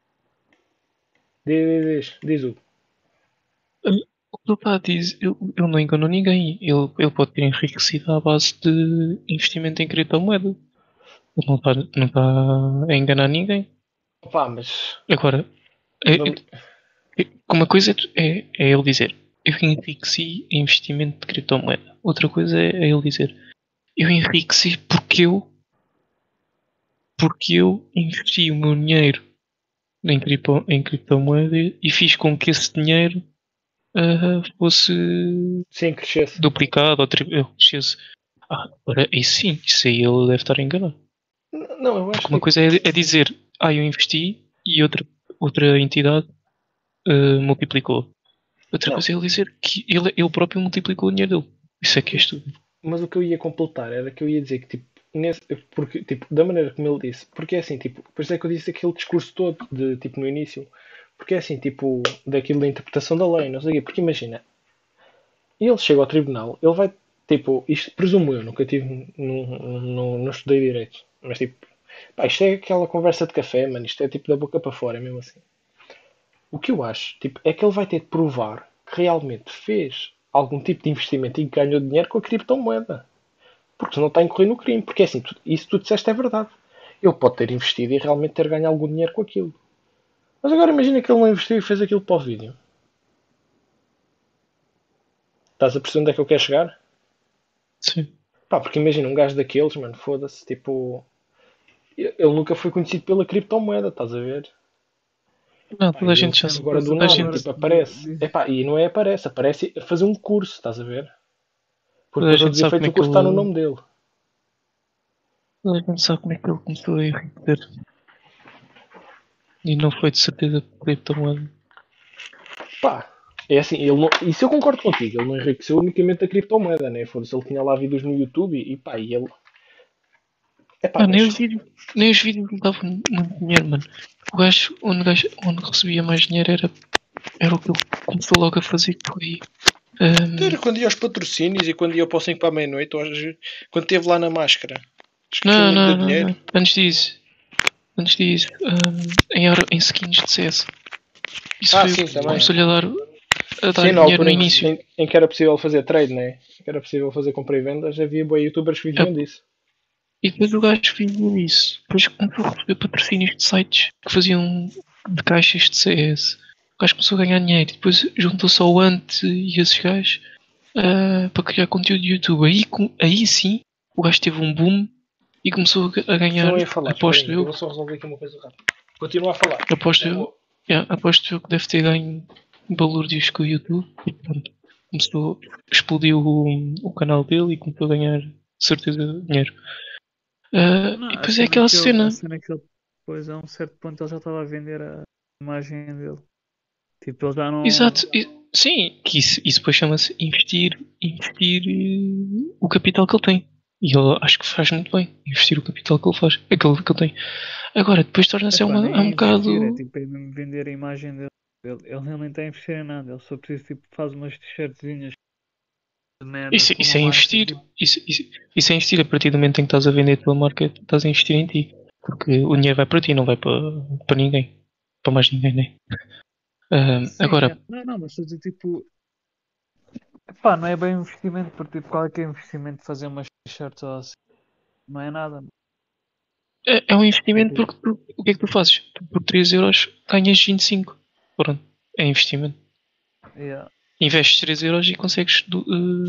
Diz, diz, diz o. o que ele está a dizer, ele, ele não enganou ninguém. Ele, ele pode ter enriquecido à base de investimento em criptomoeda. Ele não está não está a enganar ninguém. Pá, mas. Agora, é, vamos- é, uma coisa é, tu- é, é ele dizer, eu enriqueci em investimento de criptomoeda. Outra coisa é, é ele dizer, eu enriqueci porque eu, porque eu investi o meu dinheiro em, cripto, em criptomoeda e fiz com que esse dinheiro ah, fosse Sim, crescesse. duplicado ou triplicado. Ah, ora, isso sim, isso aí ele deve estar enganado. N- Não, eu Porque acho uma tipo. coisa é, é dizer, ah, eu investi e outra, outra entidade ah, multiplicou. Outra Não, coisa é ele dizer que ele, ele próprio multiplicou o dinheiro dele. Isso é que é estúpido. mas o que eu ia completar era que eu ia dizer que tipo. Nesse, porque, tipo, da maneira como ele disse, porque é assim, tipo, por isso é que eu disse aquele discurso todo de tipo no início, porque é assim, tipo, daquilo da interpretação da lei, não sei o quê, porque imagina, ele chega ao tribunal, ele vai, tipo, isto presumo eu, nunca tive, não, não, não estudei direito, mas tipo, pá, isto é aquela conversa de café, mano, isto é tipo da boca para fora, mesmo assim. O que eu acho, tipo, é que ele vai ter de provar que realmente fez algum tipo de investimento e ganhou dinheiro com a criptomoeda. Porque senão está a incorrer no crime. Porque é assim, tu, isso que tu disseste é verdade. Ele pode ter investido e realmente ter ganho algum dinheiro com aquilo. Mas agora imagina que ele não investiu e fez aquilo para o vídeo. Estás a perceber onde é que eu quero chegar? Sim. Pá, porque imagina um gajo daqueles, mano, foda-se, tipo. Ele nunca foi conhecido pela criptomoeda, estás a ver? Não, Pá, toda a e ele gente já sabe. agora do Toda a nada, gente, tipo, Agora, aparece. diz, Epá, e não é aparece, aparece a fazer um curso, estás a ver? Porque toda a para todos gente os sabe como efeitos é o que curso está no ele. nome dele. Toda a gente sabe como é que ele começou a enriquecer. E não foi de certeza por criptomoeda. Pá, é assim, ele não, isso eu concordo contigo, ele não enriqueceu unicamente a criptomoeda, né? Foda-se, ele tinha lá vídeos no YouTube e, e pá, e ele. Epá, Ah, nem mas os vídeos, nem os vídeos lhe davam muito dinheiro, mano. O gajo, onde, gajo, onde recebia mais dinheiro era, era o que ele começou logo a fazer, que foi. ahm, era quando ia aos patrocínios e quando ia para o cinco para a meia-noite, ou às- quando esteve lá na máscara. Acho que foi não, onde deu não, não, dinheiro. não. Antes disso, antes disso, ahm, em, hora, em skins de C S. Isso Ah, foi o sim, que também. começou-lhe a dar, a Sim, dar na dinheiro no altura em que, início. em, em que era possível fazer trade, né? Em que era possível fazer compra e vendas, havia boa youtubers que viviam disso. E depois o gajo fazia isso. Depois começou a receber patrocínios de sites que faziam de caixas de C S. O gajo começou a ganhar dinheiro. Depois juntou-se ao Ant e esses gajos ah, para criar conteúdo de YouTube. Aí, com- aí sim o gajo teve um boom e começou a, a Isso não ganhar. ia falar, Aposto espera aí, eu eu, vou só resolver aqui uma coisa rápida. Continua a falar. aposto Eu eu, vou. yeah, aposto eu que deve ter ganho balúrdios com o YouTube. E pronto, começou, explodiu o, o canal dele e começou a ganhar, de certeza, dinheiro. Ah, não, e a depois é cena aquela que ele, a cena. cena que ele depois a um certo ponto ele já estava a vender a imagem dele. Tipo, ele já não. Exato, e- sim, que isso, isso depois chama-se investir, investir eh, o capital que ele tem. E ele acho que faz muito bem, investir o capital que ele faz, aquele que ele tem. Agora, depois torna-se Epá, uma, é nem um é investir, é bocado. tipo é mesmo vender a imagem dele. Ele, ele nem está a investir em nada, ele só precisa tipo faz umas t-shirtzinhas de merda Isso, com uma isso é marca investir, tipo. isso, isso, isso é investir a partir do momento em que estás a vender a tua marca, estás a investir em ti. Porque o dinheiro vai para ti, não vai para, para ninguém. Para mais ninguém, né? Ah, Sim, agora, é. Não, não, mas estou a dizer tipo. Epá, não é bem investimento, porque tipo, qual é que é o investimento de fazer umas t-shirts ou assim? Não é nada. é, é um investimento Tipo, porque tu, o que é que tu fazes? Tu por três euros ganhas vinte e cinco. Pronto, é investimento. yeah. Investes três euros e consegues do,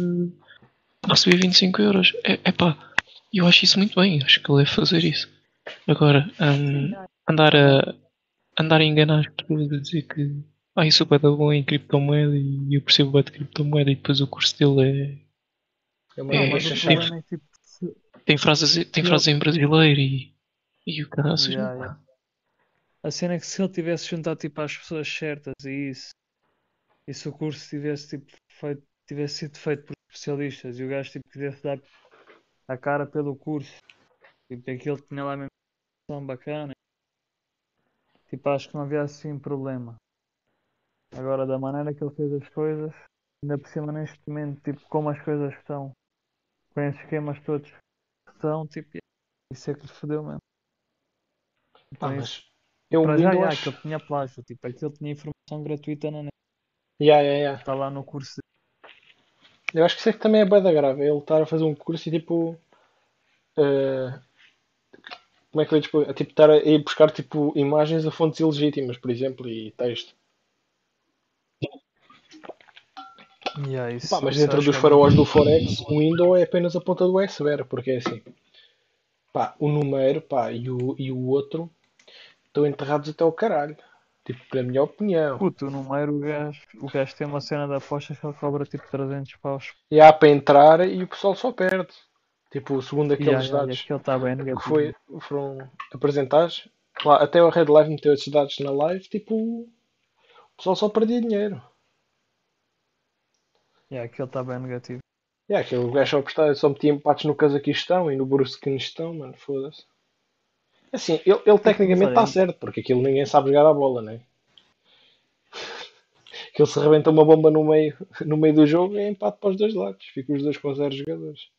eh, receber vinte e cinco euros. É, epá, eu acho isso muito bem, acho que ele deve fazer isso. Agora, Sim, hum, é. andar, a, andar a enganar as pessoas a dizer que ah, isso é bué bom em criptomoeda e eu percebo bué de criptomoeda e depois o curso dele É uma é, Não, é- mas o cabeça tem, chata. problema é que tipo, se, tem frases, tem se ele. frases em brasileiro e, e o caraças. Yeah, yeah. A cena é que se ele tivesse juntado tipo às pessoas certas e isso, e se o curso tivesse tipo feito, tivesse sido feito por especialistas e o gajo tipo quisesse dar a cara pelo curso, tipo que aquilo tinha lá mesmo uma noção bacana, tipo acho que não havia assim problema. Agora da maneira que ele fez as coisas, ainda por cima neste momento, tipo como as coisas estão, com esses esquemas todos que estão, tipo, Isso é que lhe fodeu mesmo. Pá, Então isso, mas eu para o já, Windows já, acho. aquilo tinha plágio, tipo, aquilo tinha informação gratuita na net. Yeah, yeah, yeah. Está lá no curso. Eu acho que isso é que também é bué da grave. Ele estar a fazer um curso e tipo. eh, como é que eu ia te explicar? Tipo, estar a ir buscar tipo, imagens a fontes ilegítimas, por exemplo, e texto. Yeah, Pá, isso, mas isso dentro acho dos que é bem. faraós do Forex, o window é apenas a ponta do iceberg, porque é assim. Pá, o número, pá, e o, e o outro estão enterrados até o caralho. Tipo, na minha opinião. Puto, o número, o gajo, o gajo tem uma cena de apostas que ele cobra tipo trezentos paus. E há para entrar e o pessoal só perde. Tipo, segundo E yeah, aqueles yeah, e dados aquilo está bem que negativo. foi, foram apresentados, lá, até o Red Live meteu esses dados na live, tipo, o pessoal só perdia dinheiro. Yeah, aquilo está bem negativo. E é aquele gajo só, apostar, só metia empates no Cazaquistão e no Brusquistão, mano, foda-se. Assim, ele, ele Puto, mas tecnicamente está olha, certo, porque aquilo ninguém sabe jogar a bola, né? Que ele se rebenta uma bomba no meio, no meio do jogo é empate para os dois lados. Fica os dois com zero jogadores.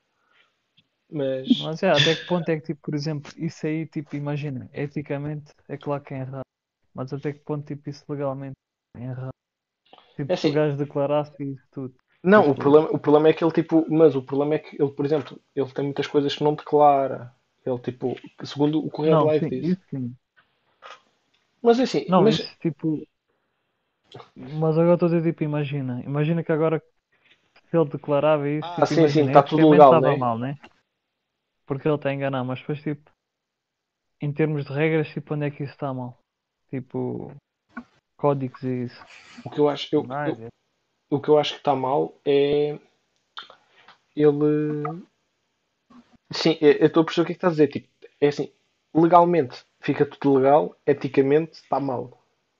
Mas, mas é, até que ponto é que, tipo, por exemplo, isso aí, tipo, imagina, eticamente é claro que é errado. Mas até que ponto, tipo, isso legalmente é errado. é Tipo, se o assim, gajo declarasse isso tudo. não, o Tipo, problema, o problema é que ele, tipo, mas o problema é que ele, por exemplo, ele tem muitas coisas que não declara. Ele, tipo, segundo o Correio de não, Live sim, disse. isso sim. Mas é assim, Não, mas, isso, tipo, mas agora estou a dizer, tipo, imagina. Imagina que agora, se ele declarava isso, ah, tipo, sim, sim, imagina, está tudo eticamente legal, estava né? mal, né? Porque ele está a enganar, mas depois, tipo, em termos de regras, tipo, onde é que isso está mal? Tipo, códigos e isso. O que eu acho, eu, Mas, eu- é. o que eu acho que está mal é ele. Sim, eu eu estou a perceber o que é que estás a dizer. Tipo, é assim, legalmente fica tudo legal, eticamente está mal.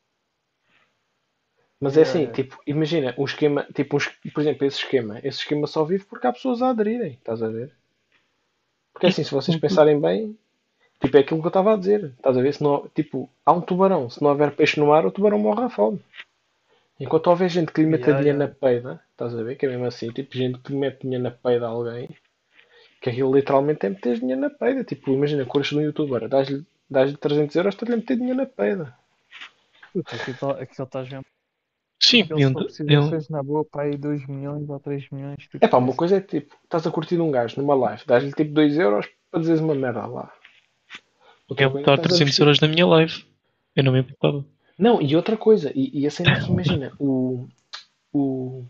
Mas é Yeah, assim, yeah. tipo, imagina, um esquema, tipo, um es- por exemplo, esse esquema, esse esquema só vive porque há pessoas a aderirem, estás a ver? Porque assim, se vocês pensarem bem, tipo, é aquilo que eu estava a dizer, estás a ver? Se não, tipo, há um tubarão, se não houver peixe no mar, o tubarão morre à fome. Enquanto houver gente que lhe meta Yeah, dinheiro yeah. na peida, estás a ver? Que é mesmo assim, tipo, gente que lhe mete dinheiro na peida a alguém, que aquilo literalmente é meter dinheiro na peida. Tipo, imagina, curso de um youtuber, dás-lhe dás trezentos euros, estás-lhe a meter dinheiro na peida. Puta, aquilo tá- aquilo estás mesmo. Sim, Aquilo, se eu, for preciso, ele eu, fez na boa para aí dois milhões ou três milhões, tipo, É pá, uma fácil. coisa é tipo, estás a curtir um gajo numa live, dás-lhe tipo dois euros para dizeres uma merda lá. Outra eu coisa é que dar estás a trezentos vestir. euros na minha live. Eu não me importava. Não, e outra coisa, e, e a cena é que imagina, o, o,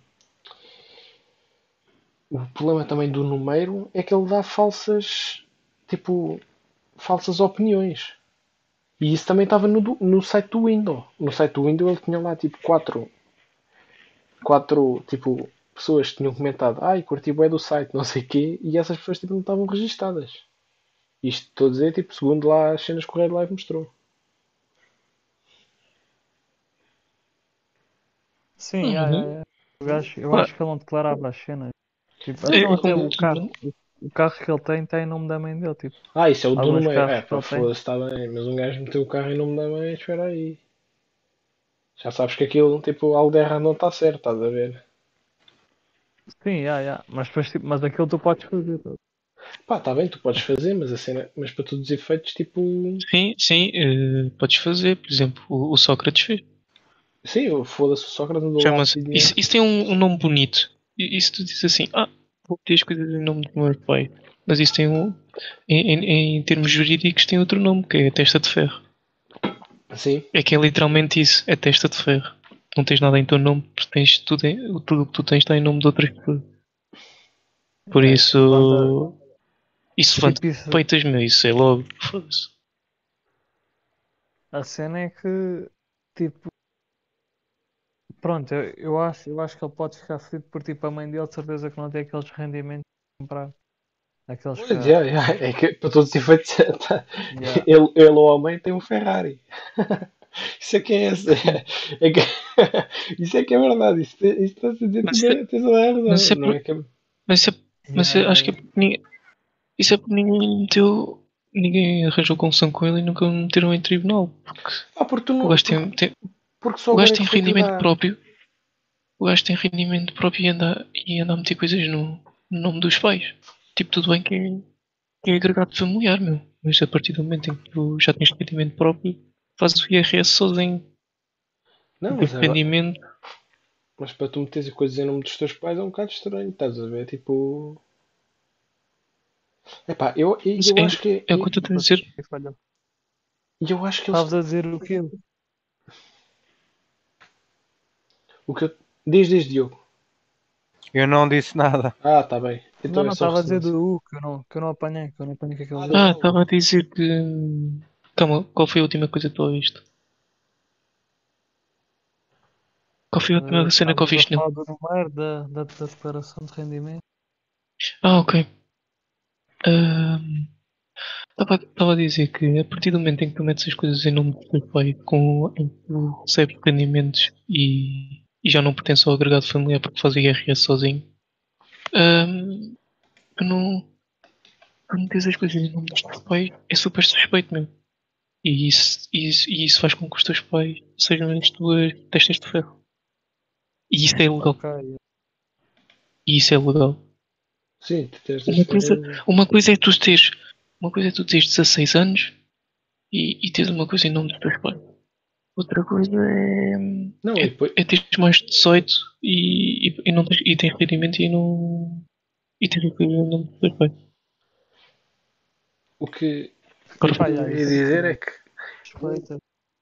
o problema também do número é que ele dá falsas, tipo, falsas opiniões. E isso também estava no, do- no site do Windows. No site do Windows ele tinha lá tipo quatro, quatro tipo, pessoas que tinham comentado, ai, curti bué do site, não sei o quê, e essas pessoas tipo, não estavam registadas. Isto estou a dizer, tipo, segundo lá as cenas que o Red Live mostrou. Sim, yeah, yeah, Uhum. yeah. O gajo, eu Pá, acho que ele não declarava as cenas. Tipo, é, então é até como. o carro, o, o carro que ele tem está em nome da mãe dele, tipo. Ah, isso é o do Alguns número. É, carros que pá, ele tem. foda-se, está bem. Mas um gajo meteu o carro em nome da mãe, espera aí. Já sabes que aquilo, tipo, algo de errado não está certo, estás a ver? Sim, yeah, yeah. Mas, depois, tipo, mas aquilo tu podes fazer. Tá? Pá, está bem, tu podes fazer, mas a cena, mas para todos os efeitos, tipo. Sim, sim, eh, podes fazer. Por exemplo, o, o Sócrates fez. Sim, eu foda-se, o Sócrates não dou lá Chama-se. pedir Isso, dinheiro. isso tem um, um nome bonito. E, e se tu dizes assim, ah, vou pedir as coisas em nome do meu pai. Mas isso tem um. Em, em, em termos jurídicos tem outro nome, que é a testa de ferro. Sim. É que é literalmente isso, é testa de ferro. Não tens nada em teu nome, porque tens tudo, em, tudo o que tu tens está em nome de outras pessoas. Por Yeah, isso levanta. isso. Isso levanta Tipo, isso. peitas, meu, isso é logo. Foda-se. A cena é que. Tipo, pronto, eu, eu acho, eu acho que ele pode ficar feliz por tipo a mãe dele, de certeza que não tem aqueles rendimentos de comprar aqueles Pois, carros. já, já, é que para todos os efeitos, tá, Yeah. ele, ele ou a mãe tem um Ferrari. Isso é que é essa. É que, isso é que é verdade. Isso, isso estás a dizer, Mas, tudo é- é- tens toda a mas, razão. isso é, Não por- é que é- mas, isso é, mas Yeah, eu yeah, acho que é yeah. porque ninguém, isso é porque ninguém meteu. Ninguém arranjou confusão com ele e nunca o meteram em tribunal. Porque Ah, porque, tu o não, gajo porque, tem, tem- porque só o gajo agora é que tem foi rendimento tirar. próprio. O gajo tem rendimento próprio e anda, e anda a meter coisas no, no nome dos pais. Tipo, tudo bem que que é agregado familiar, meu. Mas a partir do momento em que tu já tens rendimento próprio, fazes o I R S sozinho. Não, O mas, teu agora, rendimento. mas para tu meteres coisas em nome dos teus pais é um bocado estranho, estás a ver? Tipo. Epá, eu, eu, eu acho que É, é o é. que eu estou a dizer. Falha. Eu acho que eles. Estavas a dizer o quê? O que eu, diz, diz, Diogo. Eu não disse nada. Ah, tá bem. Então Não, é não, só estava a dizer ressonância. do U, que eu não, que eu não apanhei, que eu não apanhei o que é que ele Ah, disse. Ah, não. estava a dizer que. Calma, qual foi a última coisa que tu ouviste? Qual foi a Eh, última cena que Estávamos a ouviste nele? falar do número da, da, da declaração de rendimento. Ah, ok. Estava a dizer que a partir do momento em que tu metes as coisas em nome do teu pai, com, em que tu recebes rendimentos e, e já não pertence ao agregado familiar porque faz I R S sozinho, hum, tu não. Tu metes as coisas em nome dos teus pais é super suspeito mesmo. E isso, e isso, e isso faz com que os teus pais sejam as tuas testas de ferro. E isso é ilegal. Ok. E isso é legal. Sim, tu tens Uma este coisa, ferro. uma coisa é tu teres. Uma coisa é tu teres dezasseis anos e, e teres uma coisa em nome dos teus pais. Outra coisa é, Não, e é, depois. é teres mais de dezoito e, e, e, não tens, e tens rendimento e não. E tens o que em nome dos teus pais. O que, o Agora, que Pá, eu já, ia isso dizer é é que. suspeita.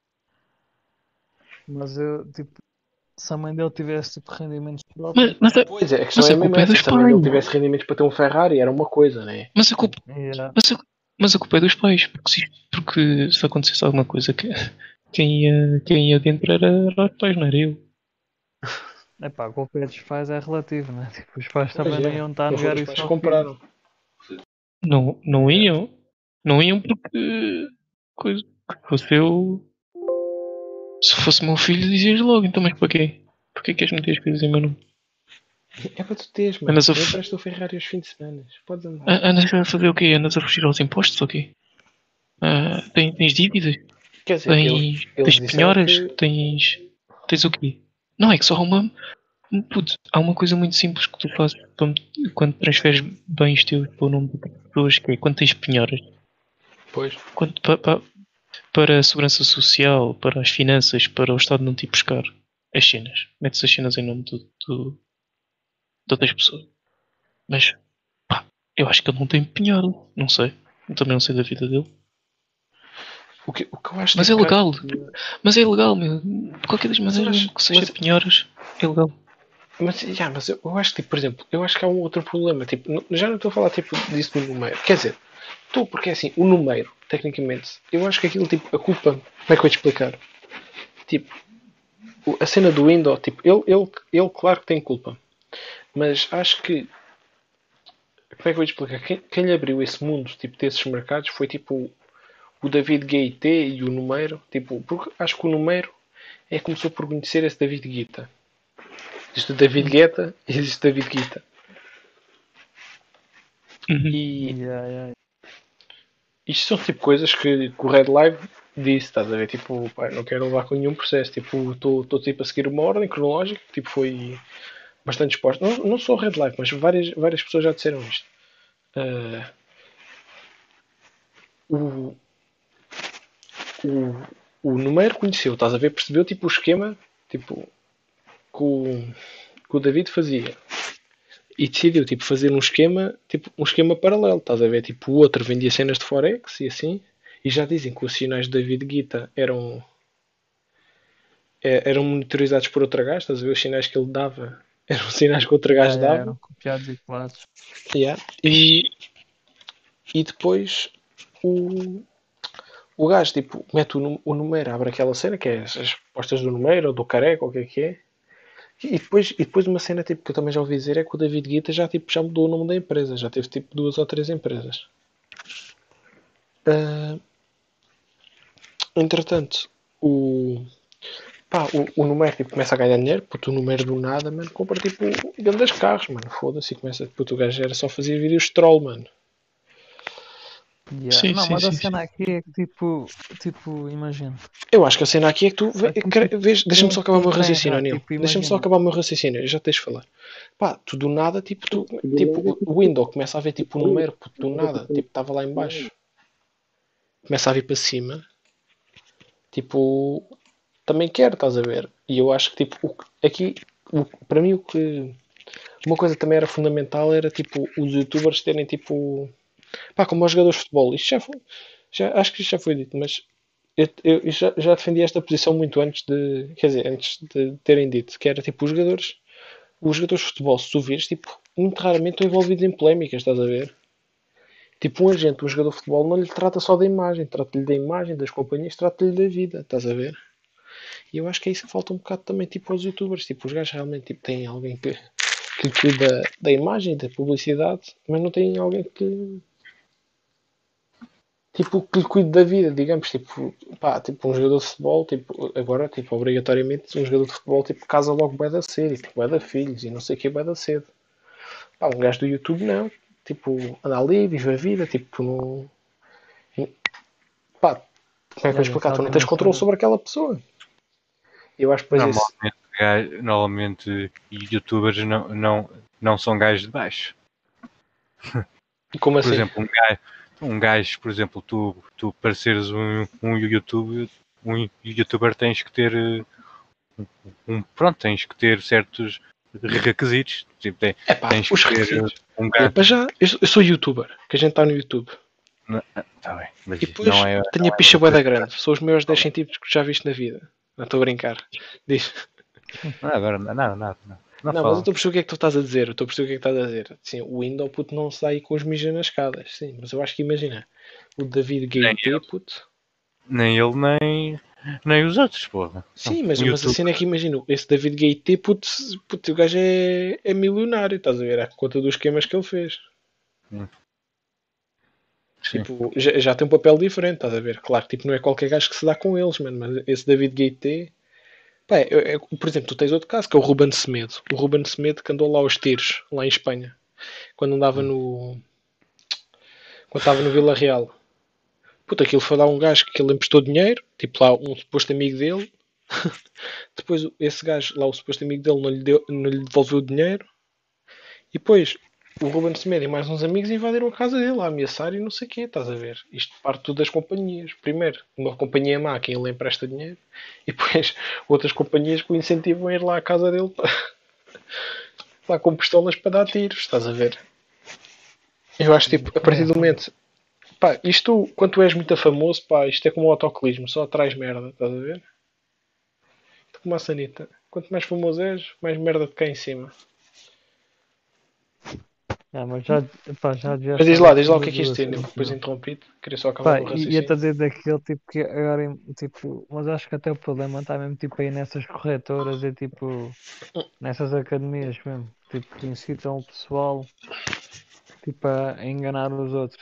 Mas eu, tipo, se a mãe dele tivesse tipo rendimentos próprios, mas, mas, a, Pois é, a questão mas é a mesmo culpa é essa. dos Se a mãe dele pais. tivesse rendimentos para ter um Ferrari, era uma coisa, né? Mas a culpa, ia, mas a, mas a culpa é dos pais. Porque se, porque se acontecesse alguma coisa, que, quem, ia, quem ia dentro era, era os pais, não era eu. epá, a culpa é dos pais é relativo, né? Tipo, os pais Pois também não é. iam estar a Não foram negar os pais isso que ao filho. compraram. Não, não É. iam. Não iam porque. Coisa, se fosse eu. Se fosse meu filho, dizias logo. Então, mas para quê? Porquê queres meter as coisas em meu nome? É para tu teres, mano. Andas a, Eu f- empresto o Ferrari aos fins de semana. Podes andar. a- andas a fazer o quê? Andas a fugir aos impostos ou quê? Ah, tens, tens dívidas? Quer dizer, eles, Tens, eles tens disseram penhoras? que. Tens. Tens o quê? Não é que só há uma. Putz, há uma coisa muito simples que tu fazes quando, quando transferes bens teus para o nome de outras pessoas, que é quando tens penhoras. Pois. Quando, pa, pa- para a segurança social, para as finanças, para o Estado não te ir buscar as cenas. Metes as cenas em nome de, de, de outras pessoas. Mas, pá, eu acho que ele não tem penhora. Não sei. Eu também não sei da vida dele. O que, o que eu acho Mas é tipo, legal. Mas é legal, meu. De qualquer das Mas eu maneiras, acho. mesmo que seja Mas, penhoras, é legal. mas, yeah, mas eu, eu acho que, tipo, por exemplo, eu acho que há um outro problema. Tipo, não- já não estou a falar tipo, disso do número. Quer dizer, estou porque é assim, o número, tecnicamente, eu acho que aquilo, tipo, a culpa. Como é que eu vou te explicar? Tipo, o- a cena do Windows, tipo, ele, ele, ele claro que tem culpa. Mas acho que. Como é que eu vou te explicar? Quem, quem lhe abriu esse mundo, tipo, desses mercados foi tipo o David Guetta e o Numeiro. Tipo, porque acho que o Numeiro é que começou por conhecer esse David Guetta. Existe o David Guetta e existe o David Guetta. Uhum. E Yeah, yeah. isto são tipo coisas que, que o Red Live disse, estás a ver? Tipo, pá, não quero levar com nenhum processo. Tipo, estou tipo a seguir uma ordem cronológica. Tipo, foi bastante exposto. Não, não só o Red Live, mas várias, várias pessoas já disseram isto. Ah, o, o, o número conheceu, estás a ver? Percebeu tipo o esquema tipo, que, o, que o David fazia. E decidiu tipo, fazer um esquema, tipo, um esquema paralelo, estás a ver? Tipo, o outro vendia cenas de Forex e assim. E já dizem que os sinais de David Guetta eram, é, eram monitorizados por outro gajo, estás a ver? Os sinais que ele dava eram sinais que outro Yeah, gajo yeah, dava. eram copiados e colados. Yeah. E, e depois o, o gajo tipo, mete o, nu- o número, abre aquela cena que é as, as postas do número ou do careca, ou o que é que é. E depois, e depois uma cena tipo, que eu também já ouvi dizer é que o David Guetta já, tipo, já mudou o nome da empresa, já teve tipo duas ou três empresas. Ah, entretanto, o, pá, o, o número tipo, começa a ganhar dinheiro, puto, o número do nada, mano, compra tipo grandes carros, mano, foda-se, e começa, puto, o gajo era só fazer vídeos troll, mano. Yeah. Sim, Não, sim, mas a sim, sim. cena aqui é que tipo, tipo, imagina. Eu acho que a cena aqui é que tu vê- Aqui cre- tipo, vês. quem Deixa-me é só que acabar o meu tem bem raciocínio, errado? Anil. Tipo, Deixa-me só imagina. acabar o meu raciocínio, eu já tens de falar. Pá, tu do nada, tipo, tu, tipo, o Windows começa a ver tipo um número, puto, do nada, tipo, estava lá em baixo. Começa a vir para cima, tipo, também quero, estás a ver? E eu acho que, tipo, o que- aqui, o- para mim, o que. Uma coisa que também era fundamental era, tipo, os youtubers terem, tipo. Pá, como os jogadores de futebol. Isto já foi. Já, acho que isto já foi dito, mas eu, eu já, já defendi esta posição muito antes de. Quer dizer, antes de terem dito, que era, tipo, os jogadores. Os jogadores de futebol, se tu vires, tipo, muito raramente estão envolvidos em polémicas, estás a ver? Tipo, um agente, um jogador de futebol, não lhe trata só da imagem, trata-lhe da imagem, das companhias, trata-lhe da vida, estás a ver? E eu acho que é isso que falta um bocado também, tipo, aos youtubers. Tipo, os gajos realmente tipo, têm alguém que, que lhe cuida da imagem, da publicidade, mas não têm alguém que, tipo, que lhe cuide da vida, digamos. Tipo, pá, tipo, um jogador de futebol, tipo, agora, tipo, obrigatoriamente, um jogador de futebol, tipo, casa logo bué da cedo, e, tipo, bué da filhos, e não sei o que, bué da cedo. Pá, um gajo do YouTube, não. Tipo, anda ali, vive a vida, tipo, não. Pá, como é que eu vou Yeah, explicar? aquela Tu não tens controle dimensão. sobre aquela pessoa. Eu acho que depois esse. Normalmente, gai- normalmente youtubers não, não, não são gajos de baixo. Como Por assim? exemplo, um gajo, um gajo por exemplo, tu, tu para seres um, um YouTube, um youtuber tens que ter eh, um, pronto, tens que ter certos requisitos. Tipo, tem- É pá, tens os que ter eh, requisitos. um Olha, gajo. para já, eu, eu sou youtuber, que a gente está no YouTube. Tá bem, mas E isso não depois é, tenho a não é picha uma bué da coisa. grande. Sou os maiores dez centímetros que já viste na vida. Não estou a brincar. Diz. Não, agora nada, nada, não. Não Não, mas eu fala. estou a perceber o que é que tu estás a dizer. Eu estou a perceber o que é que estás a dizer. Sim, o Windows, puto, não se dá aí com os mijos nas escadas. Sim, mas eu acho que imagina. O David Nem Gaité, ele, puto. nem ele, nem, nem os outros, porra. Sim, mas, Um mas a YouTube. cena é que imagino. Esse David Gaité, puto, puto, o gajo é, é milionário. Estás a ver? À conta dos esquemas que ele fez. Hum, Sim. Tipo, já, já tem um papel diferente, estás a ver? Claro, tipo, não é qualquer gajo que se dá com eles, mano, mas esse David Guaité. Pá, é- é- por exemplo, tu tens outro caso que é o Ruben Semedo. O Ruben Semedo que andou lá aos tiros, lá em Espanha, quando andava Hum. no. Quando estava no Vila Real. Puta, aquilo foi lá um gajo que ele emprestou dinheiro, tipo lá um suposto amigo dele. Depois esse gajo, lá o suposto amigo dele, não lhe, deu, não lhe devolveu o dinheiro. E depois o Ruben Semedo e mais uns amigos invadiram a casa dele a ameaçar e não sei o quê, estás a ver? Isto parte tudo das companhias. Primeiro, uma companhia má quem ele empresta dinheiro e depois outras companhias que o incentivam a ir lá à casa dele para, lá com pistolas para dar tiros, estás a ver? Eu acho tipo, a partir Yeah. do momento, pá, isto quando tu és muito famoso, pá, isto é como o autocolismo, só traz merda, estás a ver? Como a sanita. Quanto mais famoso és, mais merda te cai em cima. Yeah, mas já, pá, já Mas desviaste diz mais lá, um diz lá o bocadinho que é do, que isto do tem, Nil, assunto, depois meu. interrompi-te, queria só acabar o Pá, meu e ia-te raciocínio. a dizer daquele tipo que agora, tipo, mas acho que até o problema está mesmo tipo aí nessas corretoras e tipo nessas academias mesmo, tipo que incitam o pessoal tipo a enganar os outros.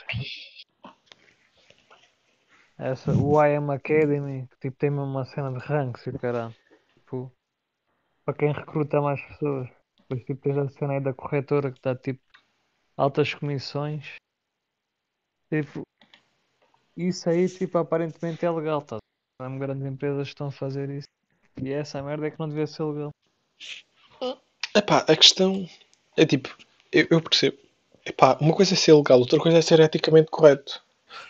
Essa, o I Am Academy, que tipo tem mesmo uma cena de ranks e o caralho, tipo, para quem recruta mais pessoas. Depois tipo tens a cena aí da corretora que dá tipo altas comissões. Tipo, isso aí tipo aparentemente é legal, tá? Mesmo grandes empresas estão a fazer isso. E essa merda é que não devia ser legal. Epá, a questão é tipo, eu, eu percebo. Epá, uma coisa é ser legal, outra coisa é ser eticamente correto.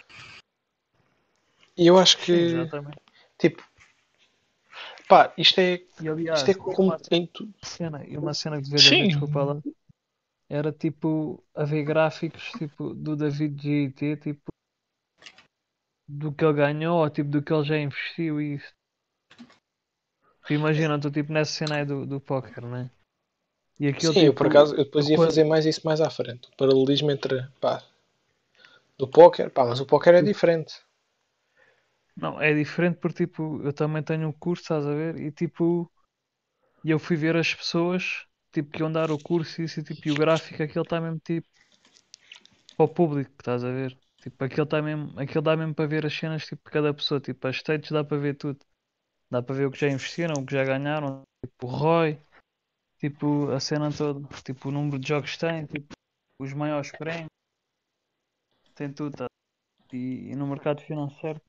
E eu acho Sim, que, exatamente. tipo, pá, isto é, E isto é aliás, e como uma em tudo. cena, e uma cena que devia de haver, Sim, desculpa lá, era tipo haver gráficos tipo do David G I T, tipo do que ele ganhou ou tipo do que ele já investiu e isso. Tu imagina, tu tipo nessa cena aí do, do póquer, né? E aquilo Sim, eu por tipo, acaso, eu depois ia quando, fazer mais isso mais à frente. O paralelismo entre, pá, do póquer, pá, mas o póquer é diferente. não, é diferente porque tipo, eu também tenho um curso, estás a ver? E tipo, e eu fui ver as pessoas tipo que iam dar o curso e isso, e, tipo, e o gráfico aquilo está mesmo tipo para o público, estás a ver? Tipo, aquilo tá mesmo, aquilo dá mesmo para ver as cenas tipo, de cada pessoa, tipo, as states dá para ver tudo. Dá para ver o que já investiram, o que já ganharam, tipo, o R O I, tipo, a cena toda, tipo, o número de jogos que tem, tipo, os maiores prémios, tem tudo, tá? e, e no mercado financeiro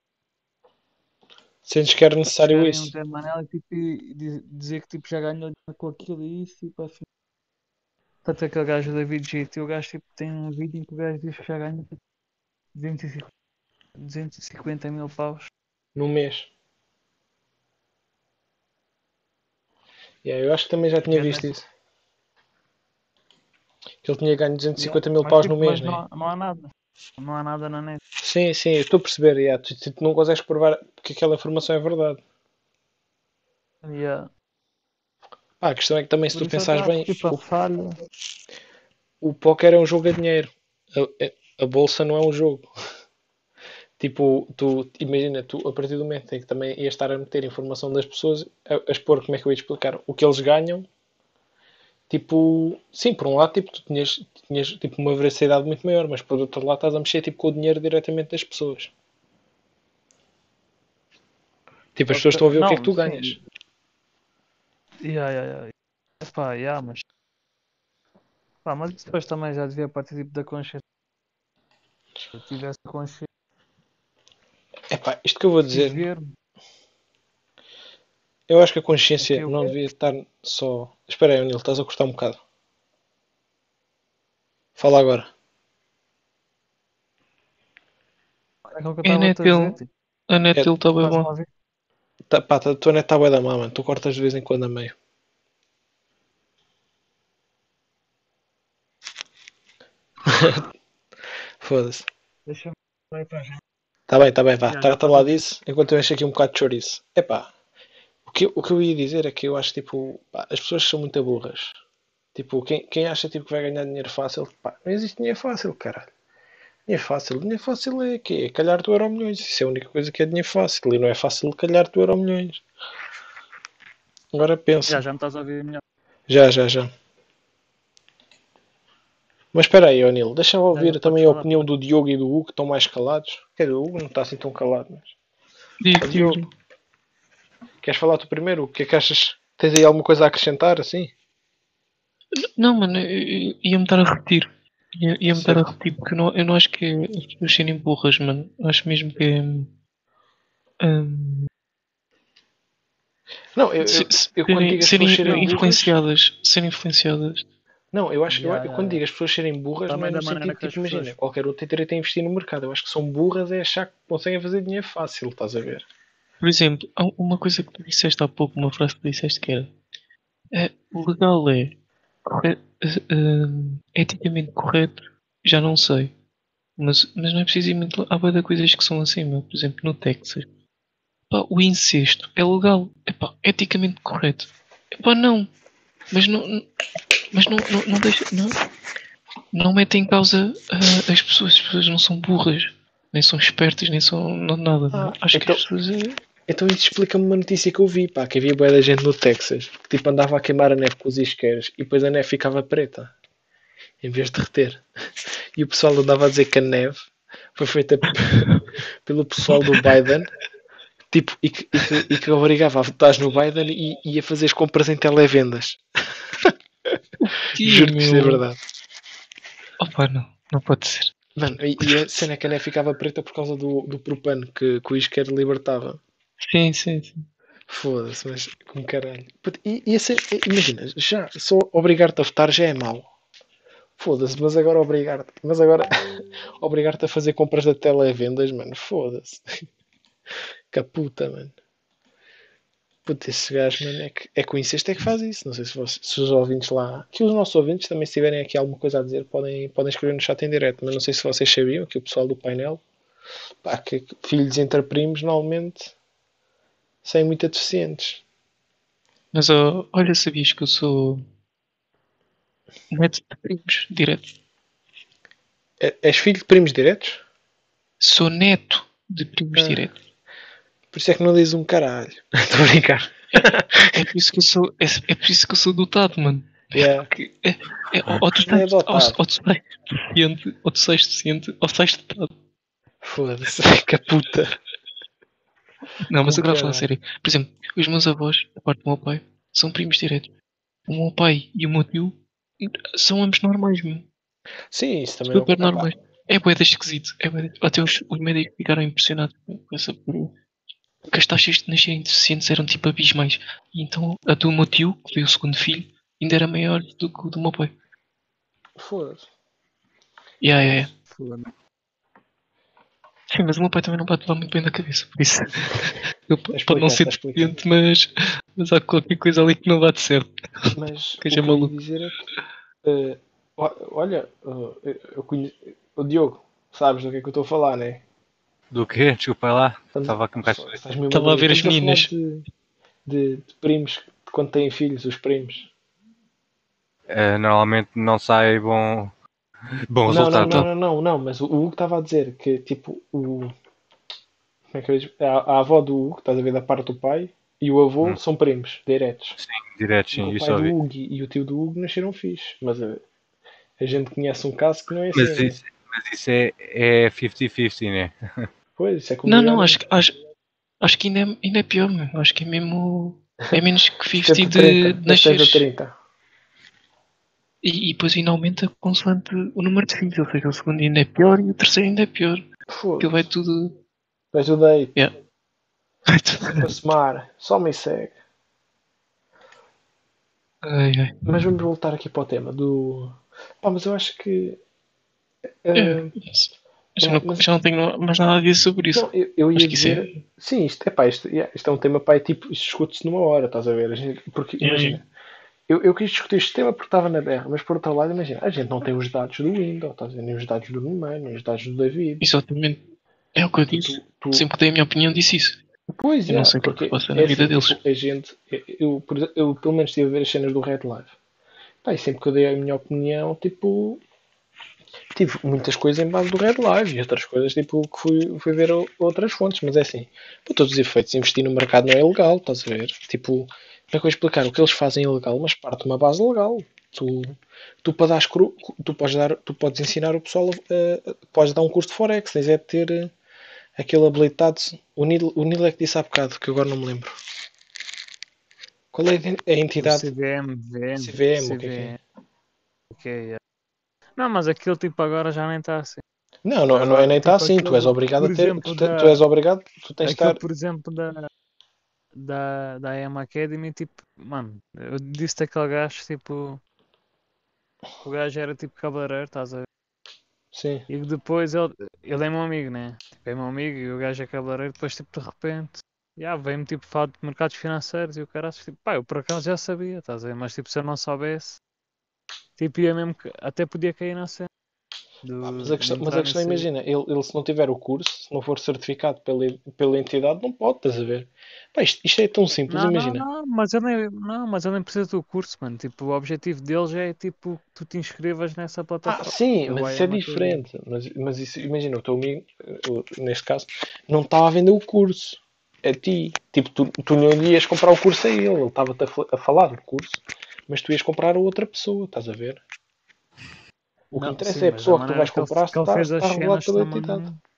Sentes que era necessário chegarem um isso? Zé Manel e, tipo, e diz- dizer que tipo, já ganhou dinheiro com aquilo e isso, tipo assim. Tanto aquele gajo da David G T, o gajo tipo, tem um vídeo em que o gajo diz que já ganha tipo, duzentos e cinquenta duzentos e cinquenta mil paus. Num mês. Yeah, eu acho que também já tinha Ganda- visto isso. Que ele tinha ganho duzentos e Yeah, cinquenta mil Mas, paus tipo, no mês, mas não, né? há- não há nada. Não há nada na net. Sim, sim, eu estou a perceber. Yeah. Tu, tu não consegues provar que aquela informação é verdade. Yeah. Pá, a questão é que também, se Por tu isso até pensares acho bem, que tipo, a o, falha. o póquer é um jogo a dinheiro. A, a- a bolsa não é um jogo. Tipo, tu imagina, tu a partir do momento em que também ias estar a meter informação das pessoas, a, a expor, como é que eu ia te explicar? O que eles ganham, tipo, sim, por um lado, tipo, tu tinhas, tinhas tipo, uma veracidade muito maior, mas por outro lado estás a mexer tipo, com o dinheiro diretamente das pessoas. Tipo, as pessoas Ok, estão a ver o que é que não, tu sim. ganhas. Yeah, yeah, yeah. Epá, yeah, mas, pá, mas isso depois também já devia partir tipo, da consciência. Se eu tivesse consciência Epá, isto que eu vou e dizer, ver eu acho que a o consciência que eu não quero. devia estar só. Espera aí, Nil, estás a cortar um bocado. Fala agora. É aquilo que eu É a estava a net te dizer, dele. tipo, A net É, dele está bem estás-me bom. a ouvir? tá, pá, tá, a tua net está bué da má, mano. Tu cortas de vez em quando a meio. Foda-se. Deixa-me ir para já. Tá bem, tá bem, vá. Já, já Trata estás a lá ouvir? disso enquanto eu encho aqui um bocado de chouriço. Epá, o que, eu- o que eu ia dizer é que eu acho tipo, pá, as pessoas são muito burras. Tipo, quem, quem acha tipo, que vai ganhar dinheiro fácil, pá, não existe dinheiro fácil, caralho. Dinheiro fácil, dinheiro fácil é quê? É calhar do euro milhões. Isso é a única coisa que é dinheiro fácil e não é fácil calhar do euro milhões. Agora Já, pensa. já me estás a ouvir melhor. Já, já, já. Mas espera aí, O'Neill, deixa-me Já, já ouvir podes também a falar. opinião do Diogo e do Hugo, que estão mais calados. Quer dizer, o Hugo não está assim tão calado, mas. Ó, Digo, Diogo, digo. queres falar tu primeiro? O que é que achas? Tens aí alguma coisa a acrescentar, assim? Não, mano, eu- eu- ia-me estar a repetir. Ia- Ia-me estar a Certo. repetir, porque eu não, eu não acho que é as pessoas serem burras, mano. Eu acho mesmo que é. hum, Não, eu, se- eu, se- eu quando serem, digo as pessoas serem serem Não, burras. influenciadas. Serem influenciadas. Não, eu acho, eu, já, eu já, quando já. digo as pessoas serem burras, não é Também no da maneira sentido, que as tipo, imagina, pessoas. qualquer outro tem direito a investir no mercado. Eu acho que são burras é achar que conseguem fazer dinheiro fácil, estás a ver? Por exemplo, há uma coisa que tu disseste há pouco, uma frase que tu disseste que era. É, o legal é. corre- eh, hum, eticamente correto, já não sei. Mas, mas não é precisamente. Há bué de coisas que são assim, meu. Por exemplo, no Texas. Pá, o incesto é legal. É pá, eticamente correto. É pá, não. Mas não, não- mas não, não, não deixa. Não, não mete em causa ah, as pessoas. As pessoas não são burras. Nem são espertas, nem são não, nada. Meu. Ah, Acho que as então, pessoas. eh, então isso explica-me uma notícia que eu vi, pá, que havia bué da gente no Texas, que tipo andava a queimar a neve com os isqueiros e depois a neve ficava preta, em vez de derreter. E o pessoal andava a dizer que a neve foi feita pelo pessoal do Biden, tipo, e que, e que, e que obrigava a votar no Biden e ia fazer as compras em televendas. Que Juro que isto é meu. verdade. Opa, não. Não pode ser. Mano, e, e a cena é que a neve ficava preta por causa do, do propano que, que o isqueiro libertava. Sim, sim, sim. Foda-se, mas com caralho. Puta, E, e a cena- imagina, já só obrigar-te a votar já é mau. Foda-se, mas agora obrigar-te. Mas agora obrigar-te a fazer compras da televendas, mano. Foda-se. Caputa, mano. Puta, esse gajo, mano, é que, é que o incesto é que faz isso. Não sei se, você- se os ouvintes lá. Que os nossos ouvintes também, se tiverem aqui alguma coisa a dizer, podem, podem escrever no chat em direto. Mas não sei se vocês sabiam que o pessoal do painel. Pá, que que filhos entre primos, normalmente, são muito deficientes. Mas ó, olha, sabias que eu sou neto de primos, direto. É- És filho de primos diretos? Sou neto de primos Ah, direto. por isso é que não dizes um caralho. Estou a brincar. É por isso que eu sou, é, é por isso que eu sou dotado, mano. Yeah. Que é, é, ou, ou tu Não é estás, ou, adotado. ou tu sais deficiente, ou tu sais deficiente, ou sais dotado. Foda-se, caputa. Não, mas Com agora a falar a caralho. sério. Por exemplo, os meus avós, a parte do meu pai, são primos diretos. O meu pai e o meu tio são ambos normais, meu. Sim, isso também não. Super Epá, normais. É bué de esquisito. É bué de- Até os, os médicos ficaram impressionados com essa porra. Que as taxas de nascerem deficientes eram tipo abismais. E então a do meu tio, que foi o segundo filho, ainda era maior do que o do meu pai. Foda-se. Yeah, yeah, yeah. Foda. Sim, mas o meu pai também não pode levar muito bem na cabeça, por isso. Ele Está p- pode não explicado, ser está explicado. deficiente, mas, mas há qualquer coisa ali que não bate certo. Mas Que o que já é eu ia maluco. dizer é que, eh, o- olha, eh, eu conheço, o Diogo, sabes do que é que eu estou a falar, né? Do quê? Desculpa lá. Estamos, Estava aqui um bocado. só- estás mesmo a Estava a dormir. ver as Estamos a falar meninas. de, de, de primos de quando têm filhos, os primos. Eh, normalmente não sai bom, bom Não, não, resultado. não, Então, não, não, não, mas o Hugo estava a dizer que, tipo, o, como é que eu digo? A, a avó do Hugo, estás a ver da parte do pai, e o avô Hum, são primos, diretos. direto, E que sim, o isso pai do ouvi. Hugo e, e o tio do Hugo nasceram fixe. Mas a, a gente conhece um caso que não é Mas assim, né? isso, mas isso é, é cinquenta cinquenta, né? Pois, isso é como não, ligar não, um. acho, que- acho, acho que ainda é, ainda é pior, meu. Acho que é mesmo. É menos que cinquenta setenta de, trinta, de é setenta nasceres. trinta. E, e depois ainda aumenta consoante o número de filhos. Ou seja, o segundo ainda é pior e o terceiro ainda é pior. Aquilo vai Foda-se. tudo. Ajudei-te. Yeah. Vai Desculpa, tudo. Semar. Só me segue. Ai, ai. Mas vamos voltar aqui para o tema do. Pá, mas eu acho que. É, ah, já, é, não, mas já não tenho mais nada a dizer sobre isso. não, eu, eu ia Acho que isso é. dizer. Sim, isto é pá, isto, yeah, isto é um tema, pá, é tipo, isto discute-se numa hora, estás a ver? A gente- porque É, imagina, eu, eu quis discutir este tema porque estava na berra, mas por outro lado, imagina, a gente não tem os dados do Windows, estás a ver? Nem os dados do Numan, nem os dados do David. exatamente. É o que eu Tipo, disse. tu, tu, Sempre que dei a minha opinião, disse isso. pois, Eu não yeah, sei o que é que se porque passa na é vida assim, deles. tipo, a gente, eu, por exemplo, eu pelo menos estive a ver as cenas do Red Live. Pá, e sempre que eu dei a minha opinião, tipo, tive muitas coisas em base do Red Live e outras coisas, tipo, que fui, fui ver o- outras fontes, mas é assim, para todos os efeitos, investir no mercado não é ilegal, estás a ver? Tipo, como é que eu vou explicar? O que eles fazem é ilegal, mas parte de uma base legal. Tu, tu, para dar cru, tu, podes dar, tu podes ensinar o pessoal, a, a- podes dar um curso de Forex, tens é de ter eh, aquele habilitado. O Nilo, o Nilo é que disse há bocado, que eu agora não me lembro. Qual é a O entidade? C V M, V M, C V M, o que é que é? C V M. Ok, yeah. Não, mas aquilo tipo agora já nem está assim. Não, não, não é Agora, nem está tipo assim. Tu és aquele, obrigado por a ter. Tu, exemplo, te- tu és da, obrigado. Tu tens de aquele, estar. por exemplo, da, da, da I M Academy, tipo, mano, eu disse daquele gajo, tipo, que o gajo era tipo cabeleireiro, estás a ver? Sim. E que depois ele, ele é meu amigo, né? Tipo, é meu amigo e o gajo é cabeleireiro, depois, tipo, de repente, já vem-me, tipo, falar de mercados financeiros e o cara, tipo, pá, eu por acaso já sabia, estás a ver? Mas, tipo, se eu não soubesse, tipo, ia mesmo, que- até podia cair na cena Ah, mas de, a de questão, mas a entrar questão nisso aí. imagina, ele, ele se não tiver o curso, se não for certificado pela, pela entidade, não pode, estás a ver? Pá, isto, isto é tão simples, Não, não, imagina. não, mas eu nem, não, mas eu nem preciso do curso, mano. Tipo, o objetivo deles é, tipo, que tu te inscrevas nessa Ah, plataforma, sim, que é o mas isso é I A M Academy. diferente. Mas, mas isso, imagina, o teu amigo, eh, neste caso, não estava a vender o curso. A ti. Tipo, tu, tu não ias comprar o curso a ele. Ele estava-te a, fa- a falar do curso, mas tu ias comprar a outra pessoa, estás a ver? O que Não, sim, interessa é a mas da pessoa que tu vais maneira que ele, comprar se que ele está, se fez as está regulado cenas pela entidade. também.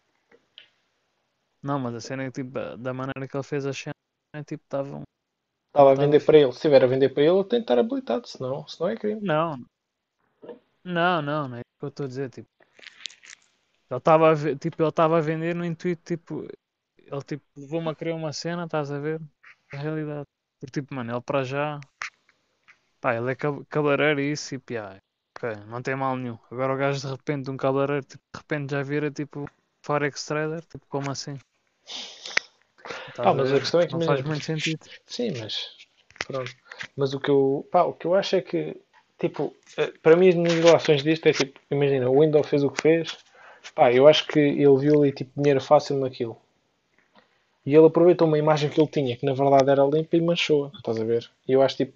Não, mas a cena é que, tipo, da maneira que ele fez as cenas, é, tipo, estavam. Estava a Estava vender para fixe. ele. Se estiver a vender para ele, ele tem de estar habilitado, senão, senão é crime. Não, não, não, não é isso que eu estou a dizer, tipo. Ele estava a, ve- tipo, ele estava a vender no intuito, tipo, ele, tipo, levou-me a criar uma cena, estás a ver? Na realidade. Porque, tipo, mano, ele para já. Pá, ele é cab- cabeleireiro e isso, e piá, ok, não tem mal nenhum. Agora o gajo de repente, um cabeleireiro, tipo, de repente já vira tipo Forex Trader, tipo, como assim? Pá, Estás a mas a ver? questão é que Não faz imagina. muito sentido. Sim, mas pronto. Mas o que eu, pá, o que eu acho é que, tipo, eh, para mim as minhas relações disto é tipo, imagina, o Windows fez o que fez, pá, eu acho que ele viu ali tipo dinheiro fácil naquilo. E ele aproveitou uma imagem que ele tinha, que na verdade era limpa e manchou, estás a ver? E eu acho tipo,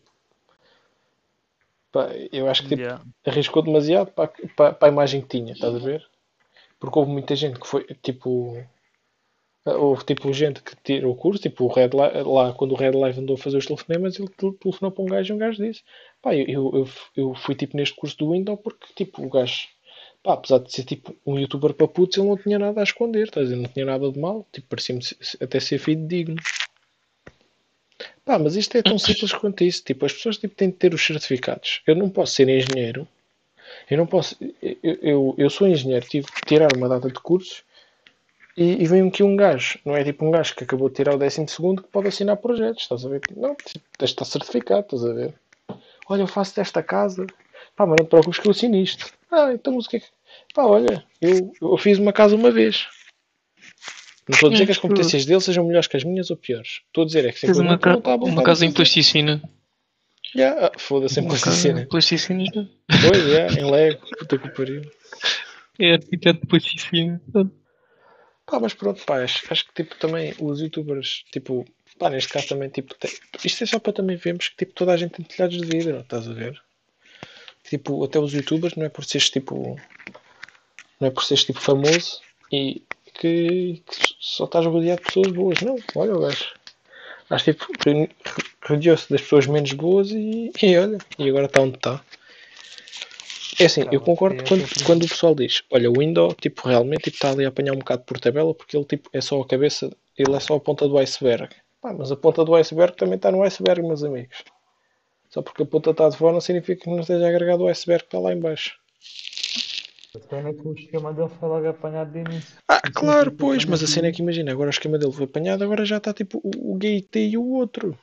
pá, eu acho que tipo, Yeah. arriscou demasiado para, para, para a imagem que tinha, estás a ver? Porque houve muita gente que foi tipo. Houve tipo gente que tirou o curso, tipo o Red Live, lá quando o Red Live andou a fazer os telefonemas, ele tel- telefonou para um gajo e um gajo disse: pá, eu, eu, eu, eu fui tipo neste curso do Windows porque tipo o gajo, pá, apesar de ser tipo um youtuber para putos, ele não tinha nada a esconder, estás a dizer, não tinha nada de mal, tipo, parecia-me se- até ser filho digno. Pá, mas isto é tão simples quanto isso, tipo, as pessoas tipo, têm de ter os certificados. Eu não posso ser engenheiro, Eu não posso. Eu, eu, eu sou engenheiro, tive que tirar uma data de cursos e, e vem-me aqui um gajo. Não é tipo um gajo que acabou de tirar o décimo segundo que pode assinar projetos, estás a ver? Não, tipo, tens de estar certificado, estás a ver? Olha, eu faço desta casa. Pá, mas não te preocupes que eu assino isto. Ah, então mas o que é que. Pá, olha, eu, eu fiz uma casa uma vez. Não estou a dizer que as Isto, competências dele sejam melhores que as minhas ou piores. Estou a dizer é que Tens uma, simplesmente ele não ca está uma habilitado a casa em fazer. plasticina. Yeah, ah, foda-se em Uma casa em plasticina. plasticina. Pois, yeah, em Lego. Puta que pariu. É arquiteto de plasticina. Pá, mas pronto, pá, acho, acho que tipo também os youtubers, tipo, pá, neste caso também, tipo, tem- isto é só para também vermos que tipo toda a gente tem telhados de vidro, estás a ver? Tipo, até os youtubers não é por seres tipo, não é por seres tipo famoso e que, que só estás rodeado de pessoas boas, não, olha o gajo. Acho que tipo, re- rodeou-se das pessoas menos boas e, e olha, e agora está onde está. É assim, eu acaba concordo que é quando, sempre quando o pessoal diz, olha, o Windows, tipo, realmente tipo, está ali a apanhar um bocado por tabela porque ele tipo, é só a cabeça, ele é só a ponta do iceberg. Pá, mas a ponta do iceberg também está no iceberg, meus amigos. Só porque a ponta está de fora não significa que não esteja agregado ao iceberg que está lá em baixo. a cena é que o esquema dele foi logo apanhado de início. Ah, E sempre claro, que pois, apanha mas a cena é tudo. que imagina, agora o esquema dele foi apanhado, agora já está tipo o, o gay T e o outro.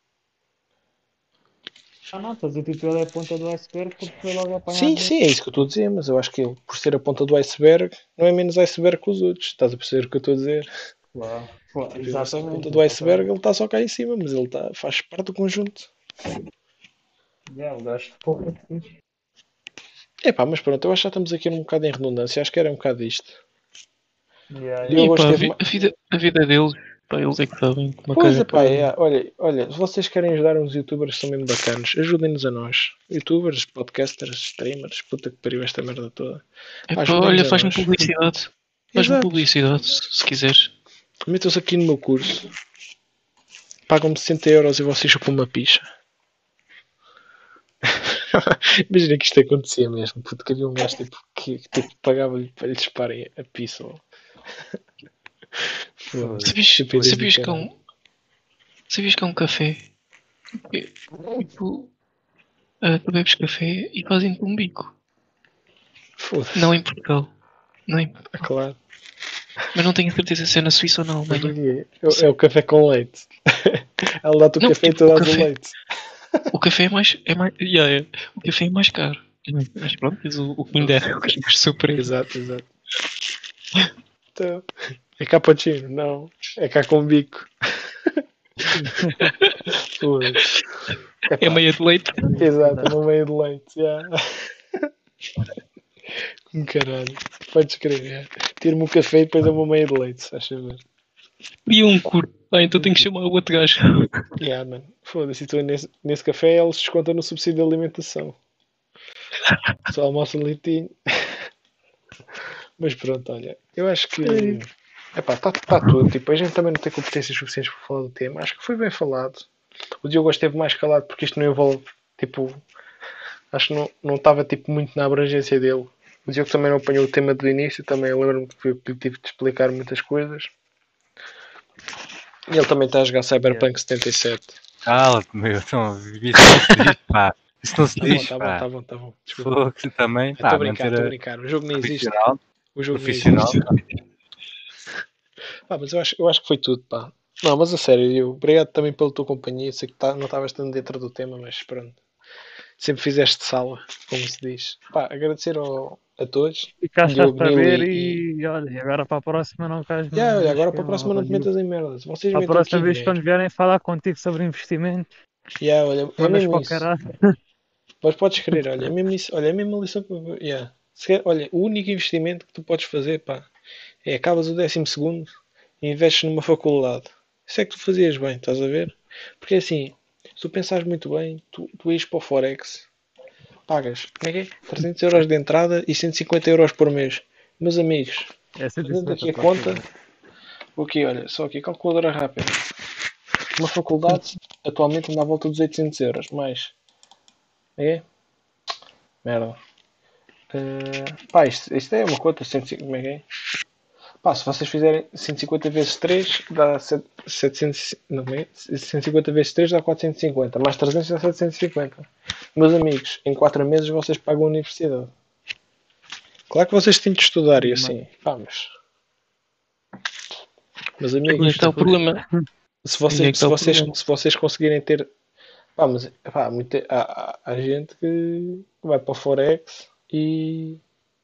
Ah não, estás a dizer que ele é a ponta do iceberg porque foi logo Sim, apanhado de sim, é isso que eu estou a dizer, mas eu acho que ele, por ser a ponta do iceberg, não é menos iceberg que os outros. Estás a perceber o que eu estou a dizer? Claro, claro, Tipo, ele é só a ponta exatamente, do iceberg, exatamente. ele está só cá em cima, mas ele tá, faz parte do conjunto. Yeah, o gajo ficou muito fixe. Epá, mas pronto, eu acho que já estamos aqui um bocado em redundância, acho que era um bocado isto. Yeah, O yeah. E Diogo hoje pá, a, teve vi- uma... a vida, a vida deles, pá, eles é que sabem como Pois, caga epá, para. é, olha, olha, se vocês querem ajudar uns youtubers que são mesmo bacanos, ajudem-nos a nós. Youtubers, podcasters, streamers, puta que pariu esta merda toda. É Pá, pá, ajudem-nos olha, a faz-me nós. publicidade. Faz-me Exato. publicidade, se, se quiseres. Metam-se aqui no meu curso, pagam-me sessenta euros e vocês chupam uma picha. Imagina que isto acontecia mesmo, porque havia um gajo tipo, que tipo, pagava-lhe para lhe disparem a pizza. Foda-se, Foda-se. Sabias, estupidez do sabias que é caralho. um, sabias que é um café? Que, tipo, ah, tu bebes café e fazem-te um bico. Foda-se, Não em Portugal. Não em é Portugal. claro. Mas não tenho a certeza se é na Suíça ou na Mas Alemanha. porquê? É, é o café com leite. Ela dá-te o Não, café e tipo, tu o dás o café, leite. o café é mais, é mais, yeah, yeah. O café é mais caro. Mas pronto, tens o, o Kinder, o Kinder Supremo. Exato, exato. Então, é cappuccino? Não. É cá com bico. Foda-se. É Epá, meia de leite. exato, uma meia de leite. Yeah. Um caralho. Podes crer, é. Tira-me o café e depois é uma meia de leite, se faz saber. E um curto. Ah, então tenho que chamar o outro gajo. Yeah, mano. Foda-se, então nesse, nesse café eles descontam no subsídio de alimentação. Só almoço leitinho. Mas pronto, olha. Eu acho que. Epá, está tá tudo. Tipo, a gente também não tem competências suficientes para falar do tema. Acho que foi bem falado. O Diogo hoje esteve mais calado porque isto não envolve. Tipo. Acho que não não estava tipo, muito na abrangência dele. O Diogo também não apanhou o tema do início. Também eu lembro-me que eu lhe tive de explicar muitas coisas. E ele também está a jogar Cyberpunk setenta e sete. Cala-te, meu. Então, isso não se diz, pá. Isso não se Tá bom, diz, tá bom, pá. tá bom, tá bom. Desculpa. Fogo também, Estou pá. a brincar, Manter estou a a brincar. O jogo nem existe. profissional. O jogo nem Profissional. existe. Pá, mas eu acho, eu acho que foi tudo, pá. Não, mas a sério, eu, obrigado também pela tua companhia. Sei que tá, não estavas tanto dentro do tema, mas pronto. Sempre fizeste sala, como se diz. Pá, agradecer ao, a todos. Ficaste a Diogo, Nilo saber e. e, olha, e agora para a próxima não cais e yeah, no, olha, no agora para a esquema, próxima ó, não te Diogo. metas em merdas. Vocês Para a metam aqui próxima vez dinheiro. quando vierem falar contigo sobre investimento, Yeah, olha, é mandas mesmo para o isso. caralho. Mas podes crer, olha, é mesmo isso. Olha, é mesmo a lição que eu. Yeah. Se quer- olha, o único investimento que tu podes fazer, pá, é acabas o décimo segundo e investes numa faculdade. Isso é que tu fazias bem, estás a ver? Porque assim, se tu pensares muito bem, tu, tu ires para o Forex, pagas, como é que é? trezentos euros de entrada e cento e cinquenta euros por mês. Meus amigos, É fazendo cento e cinquenta aqui a para conta, tudo. o que olha, só aqui, calculadora rápida. Uma faculdade atualmente anda à volta dos oitocentos euros, mais. É? Merda. Uh, pá, isto, isto é uma conta, cento e cinquenta, como é que é? Pá, se vocês fizerem cento e cinquenta vezes três, dá setecentos, não é? cento e cinquenta vezes três dá quatrocentos e cinquenta, mais trezentos dá setecentos e cinquenta. Meus amigos, em quatro meses vocês pagam a universidade. Claro que vocês têm de estudar e Mas- assim. Pá, mas. Mas Onde é amigos, que está o problema? se Onde é vocês, que se está o vocês, problema? se vocês conseguirem ter. Pá, mas pá, muita, há, há- há gente que vai para o Forex e.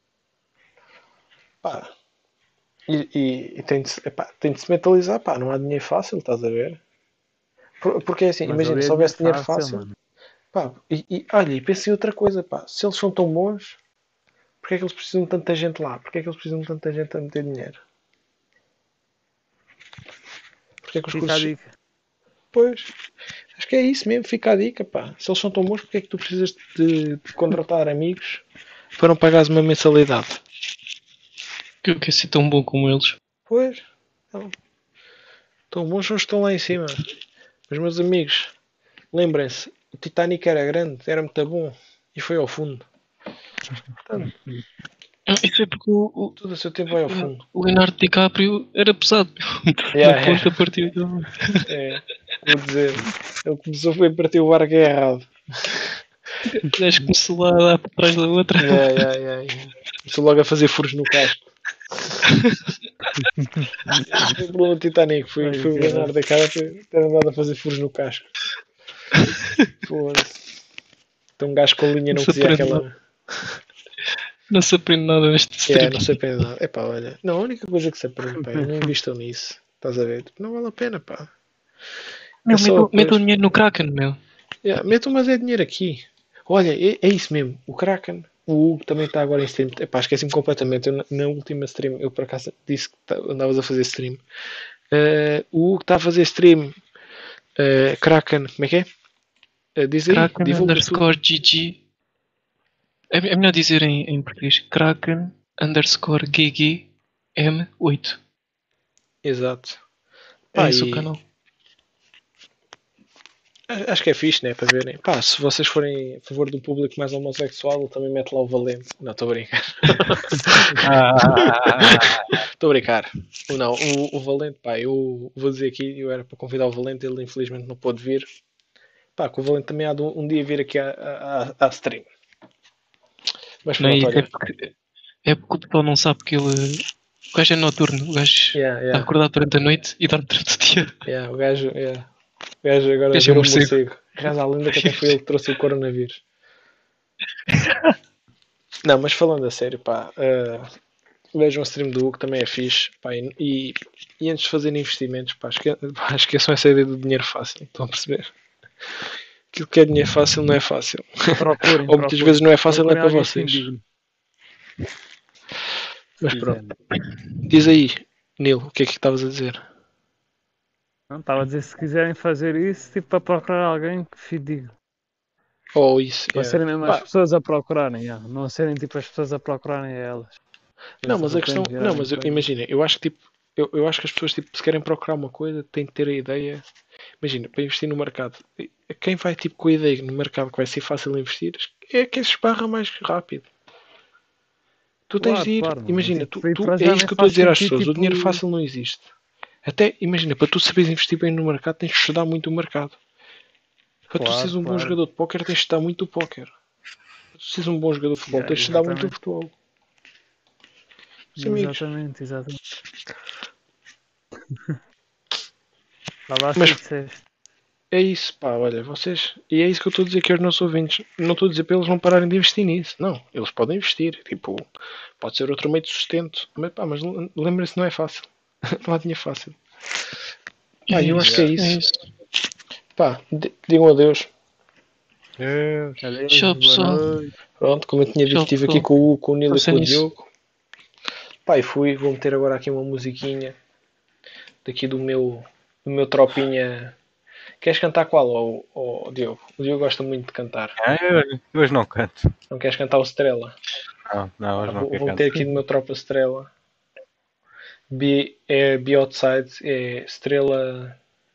Pá, e, e- e tem, de, se- epá, tem de se mentalizar. Pá, não há dinheiro fácil, estás a ver? Por- Porque é assim, Mas imagina, ali é se houvesse dinheiro fácil, fácil. mano. Pá, e, e olha, e pensei em outra coisa, pá, se eles são tão bons, porque é que eles precisam de tanta gente lá? Porque é que eles precisam de tanta gente a meter dinheiro? Porque é que os Fica a cursos. dica. Pois, acho que é isso mesmo, fica a dica, pá. Se eles são tão bons, porque é que tu precisas de, de contratar amigos para não pagares uma mensalidade? Que eu quero ser tão bom como eles. Pois, não. Tão bons são os que estão lá em cima. Mas, meus amigos, lembrem-se, o Titanic era grande, era muito bom e foi ao fundo. Portanto, Ah, isso é porque o, o- todo o seu tempo vai ao fundo. o Leonardo DiCaprio era pesado. Yeah, Na yeah. ponta partiu do... É, vou dizer, ele começou foi a partir o barco errado. O gajo começou lá a dar para trás da outra. Yeah, yeah, yeah, yeah. Começou logo a fazer furos no casco. Esse foi o problema do Titanic, foi, Ai, foi o que Leonardo DiCaprio ter andado a fazer furos no casco. Foda-se. Então um gajo com linha não Não se fazia aprende aquela. Não se aprende nada neste Yeah, stream. não se aprende nada. Epá, olha, não, a única coisa que se aprende, pá, é não investam nisso. Estás a ver? Tipo, não vale a pena, pá. Meu, É só metam, depois- metam dinheiro no Kraken, meu. Yeah, metam mais é dinheiro aqui. Olha, é, é isso mesmo. O Kraken, o Hugo também está agora em stream. Epá, esqueci-me completamente. Eu, na, na última stream, eu por acaso disse que tá- andavas a fazer stream. Eh, o Hugo está a fazer stream. eh, Kraken, como é que é? Eh, diz aí, Kraken divulga tu. underscore G G. É, é melhor dizer em, em português. Kraken underscore G G M oito. Exato. É Pá, esse e- o canal. a- Acho que é fixe, né? Para verem. Pá, se vocês forem a favor do público mais homossexual, também mete lá o Valente. Não, estou a brincar. Estou a brincar. Ou não, o, o Valente, pá, eu vou dizer aqui, eu era para convidar o Valente, ele infelizmente não pôde vir. Pá, que o Valente também há de um, um dia vir aqui à, à, à stream. Mas Não é pronto, isso, é olha. porque, é porque o pessoal não sabe que ele. O gajo é noturno. O gajo Yeah, está yeah, acordado durante a noite e dorme durante o dia. yeah, o gajo, yeah. O gajo agora Gajo é virou um morcego. morcego. Reza a lenda que até foi ele que trouxe o coronavírus. Não, mas falando a sério, pá, eh, vejam o stream do Hugo, também é fixe, pá, e, e, e antes de fazerem investimentos, pá, esque, pá, esqueçam essa ideia do dinheiro fácil, estão a perceber? Aquilo que é dinheiro fácil não é fácil. Procurem, Ou muitas procurem. vezes não é fácil, não é Procurem para alguém vocês. indigno. Mas Se pronto, quiserem. diz aí, Nil, o que é que estavas a dizer? Não, estava a dizer, se quiserem fazer isso, tipo, para procurar alguém que fidedigno. Ou isso, Para yeah. serem mesmo as Pá, pessoas a procurarem, já. Não serem tipo as pessoas a procurarem a elas. não, De mas a questão, repente não, virarem mas eu, coisa. imagina, eu acho que tipo, eu, eu acho que as pessoas tipo, se querem procurar uma coisa, têm de ter a ideia. Imagina, para investir no mercado, quem vai tipo com a ideia no mercado que vai ser fácil investir, é quem se esbarra mais rápido. Tu tens Claro, de ir, claro, mano. imagina, Tipo, tu, aí tu- para é já isso nem que eu estou a faz dizer às sentido, pessoas, o dinheiro tipo- fácil não existe. Até, imagina, para tu saberes investir bem no mercado, tens de estudar muito o mercado. Para tu Claro, seres um bom claro. jogador de póquer, tens de estudar muito o póquer. Para tu seres um bom jogador de futebol, Yeah, tens de estudar muito o exatamente. futebol. Sim, amigos. Exatamente, exatamente. Estava assim Mas- que disseste. É isso, pá, olha, vocês. E é isso que eu estou a dizer aqui aos nossos ouvintes. Não estou a dizer para eles não pararem de investir nisso. Não, eles podem investir. Tipo, pode ser outro meio de sustento. Mas, pá, mas lem- lembrem-se, não é fácil. Não há dinheiro fácil. Pá, eu acho que é isso. Pá, di- digam adeus. Deus. Adeus, Tchau, boa pessoal. noite. Pronto, como eu tinha dito, Tchau, estive pessoal. aqui com o Hugo, com o Nilo e Faça com o nisso. Diogo. Pá, e fui. Vou meter agora aqui uma musiquinha daqui do meu, do meu tropinha. Queres cantar qual, ó, ó, Diogo? O Diogo gosta muito de cantar. Ah, eu, eu hoje não canto. Não queres cantar o Estrela? Não, não, hoje Ah, não vou, quero vou cantar. meter aqui do meu tropa Estrela. Be, é Be Outside, é Estrela.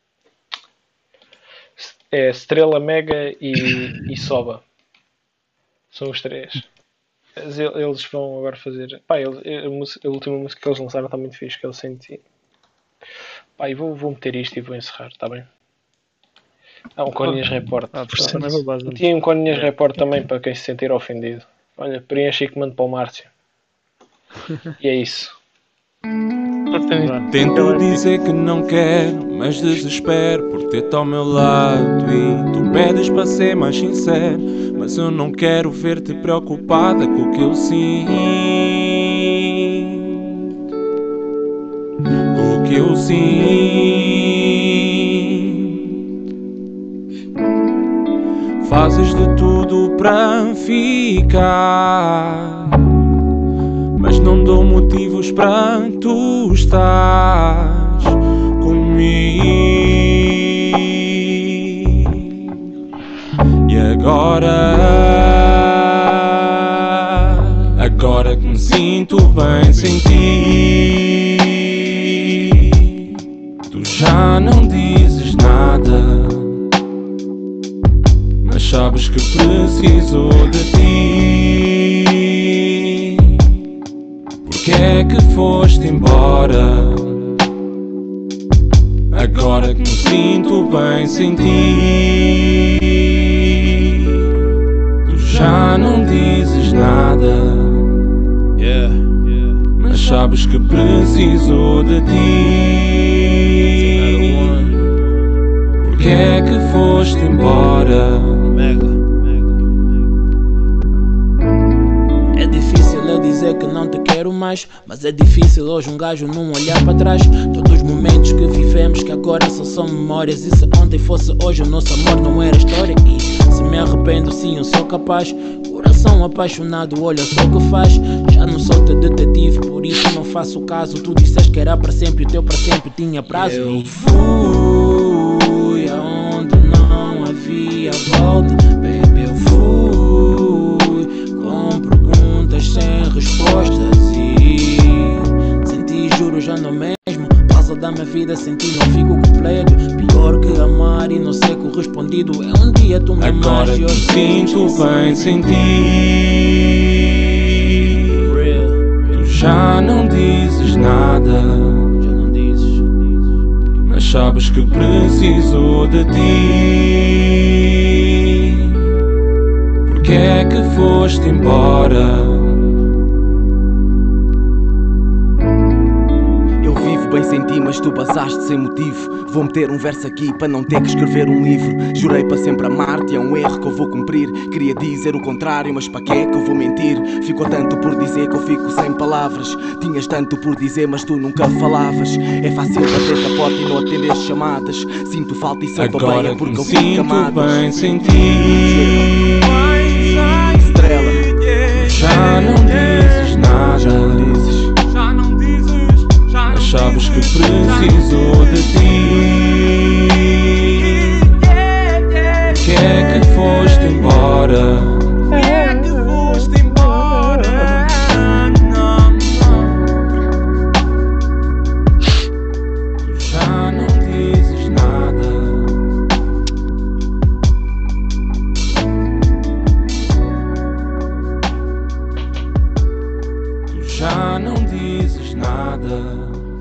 É Estrela, Mega e, e Soba. São os três. Mas el- Eles vão agora fazer. Pá, eles, a, música- a última música que eles lançaram está muito fixe, que é o Senti. Pá, e vou, vou meter isto e vou encerrar, está bem? Há um Coninhas Report. Ah, por também vou basar. Tinha um Coninhas Report também para quem se sentir ofendido. Olha, preenche e que mando para o Márcio. E é isso. Exatamente. Tento dizer que não quero, mas desespero por ter-te ao meu lado. E tu pedes para ser mais sincero, mas eu não quero ver-te preocupada com o que eu sinto. Com o que eu sinto. Fazes de tudo para ficar, mas não dou motivos para tu estás comigo. E agora, agora que me sinto bem sem ti, tu já não dizes nada, mas sabes que preciso de ti. Porque é que foste embora? Agora que me sinto bem sem ti, tu já não dizes nada, mas sabes que preciso de ti. Porque é que foste embora? É difícil eu dizer que não te quero mais, mas é difícil hoje um gajo não olhar para trás. Todos os momentos que vivemos que agora só são memórias. E se ontem fosse hoje o nosso amor não era história. E se me arrependo sim eu sou capaz. Coração apaixonado, olha só o que faz. Já não sou teu detetive, por isso não faço caso. Tu disseste que era para sempre, o teu para sempre tinha prazo. Eu fui aonde não havia volta, baby, eu fui com perguntas sem respostas e senti, juro, já não mesmo. Pausa da minha vida, senti, não fico completo. Pior que amar e não ser correspondido. É um dia tu me amas agora e que me hoje sinto bem sem ti, Real, tu já não dizes nada, já não dizes. mas sabes que preciso de ti. Porque é que foste embora? Eu vivo bem sem ti, mas tu basaste sem motivo. Vou meter um verso aqui para não ter que escrever um livro. Jurei para sempre amar-te, é um erro que eu vou cumprir. Queria dizer o contrário, mas para que é que eu vou mentir? Ficou tanto por dizer que eu fico sem palavras. Tinhas tanto por dizer, mas tu nunca falavas. É fácil bater a porta e não atender chamadas. Sinto falta e sou tua Agora beia que porque me eu fico sinto amado. bem sem ti, Estrela, já não dizes nada, já não dizes. mas sabes que preciso de ti. Que é que foste embora? Que é que foste embora? Tu já não dizes nada, tu já não dizes nada.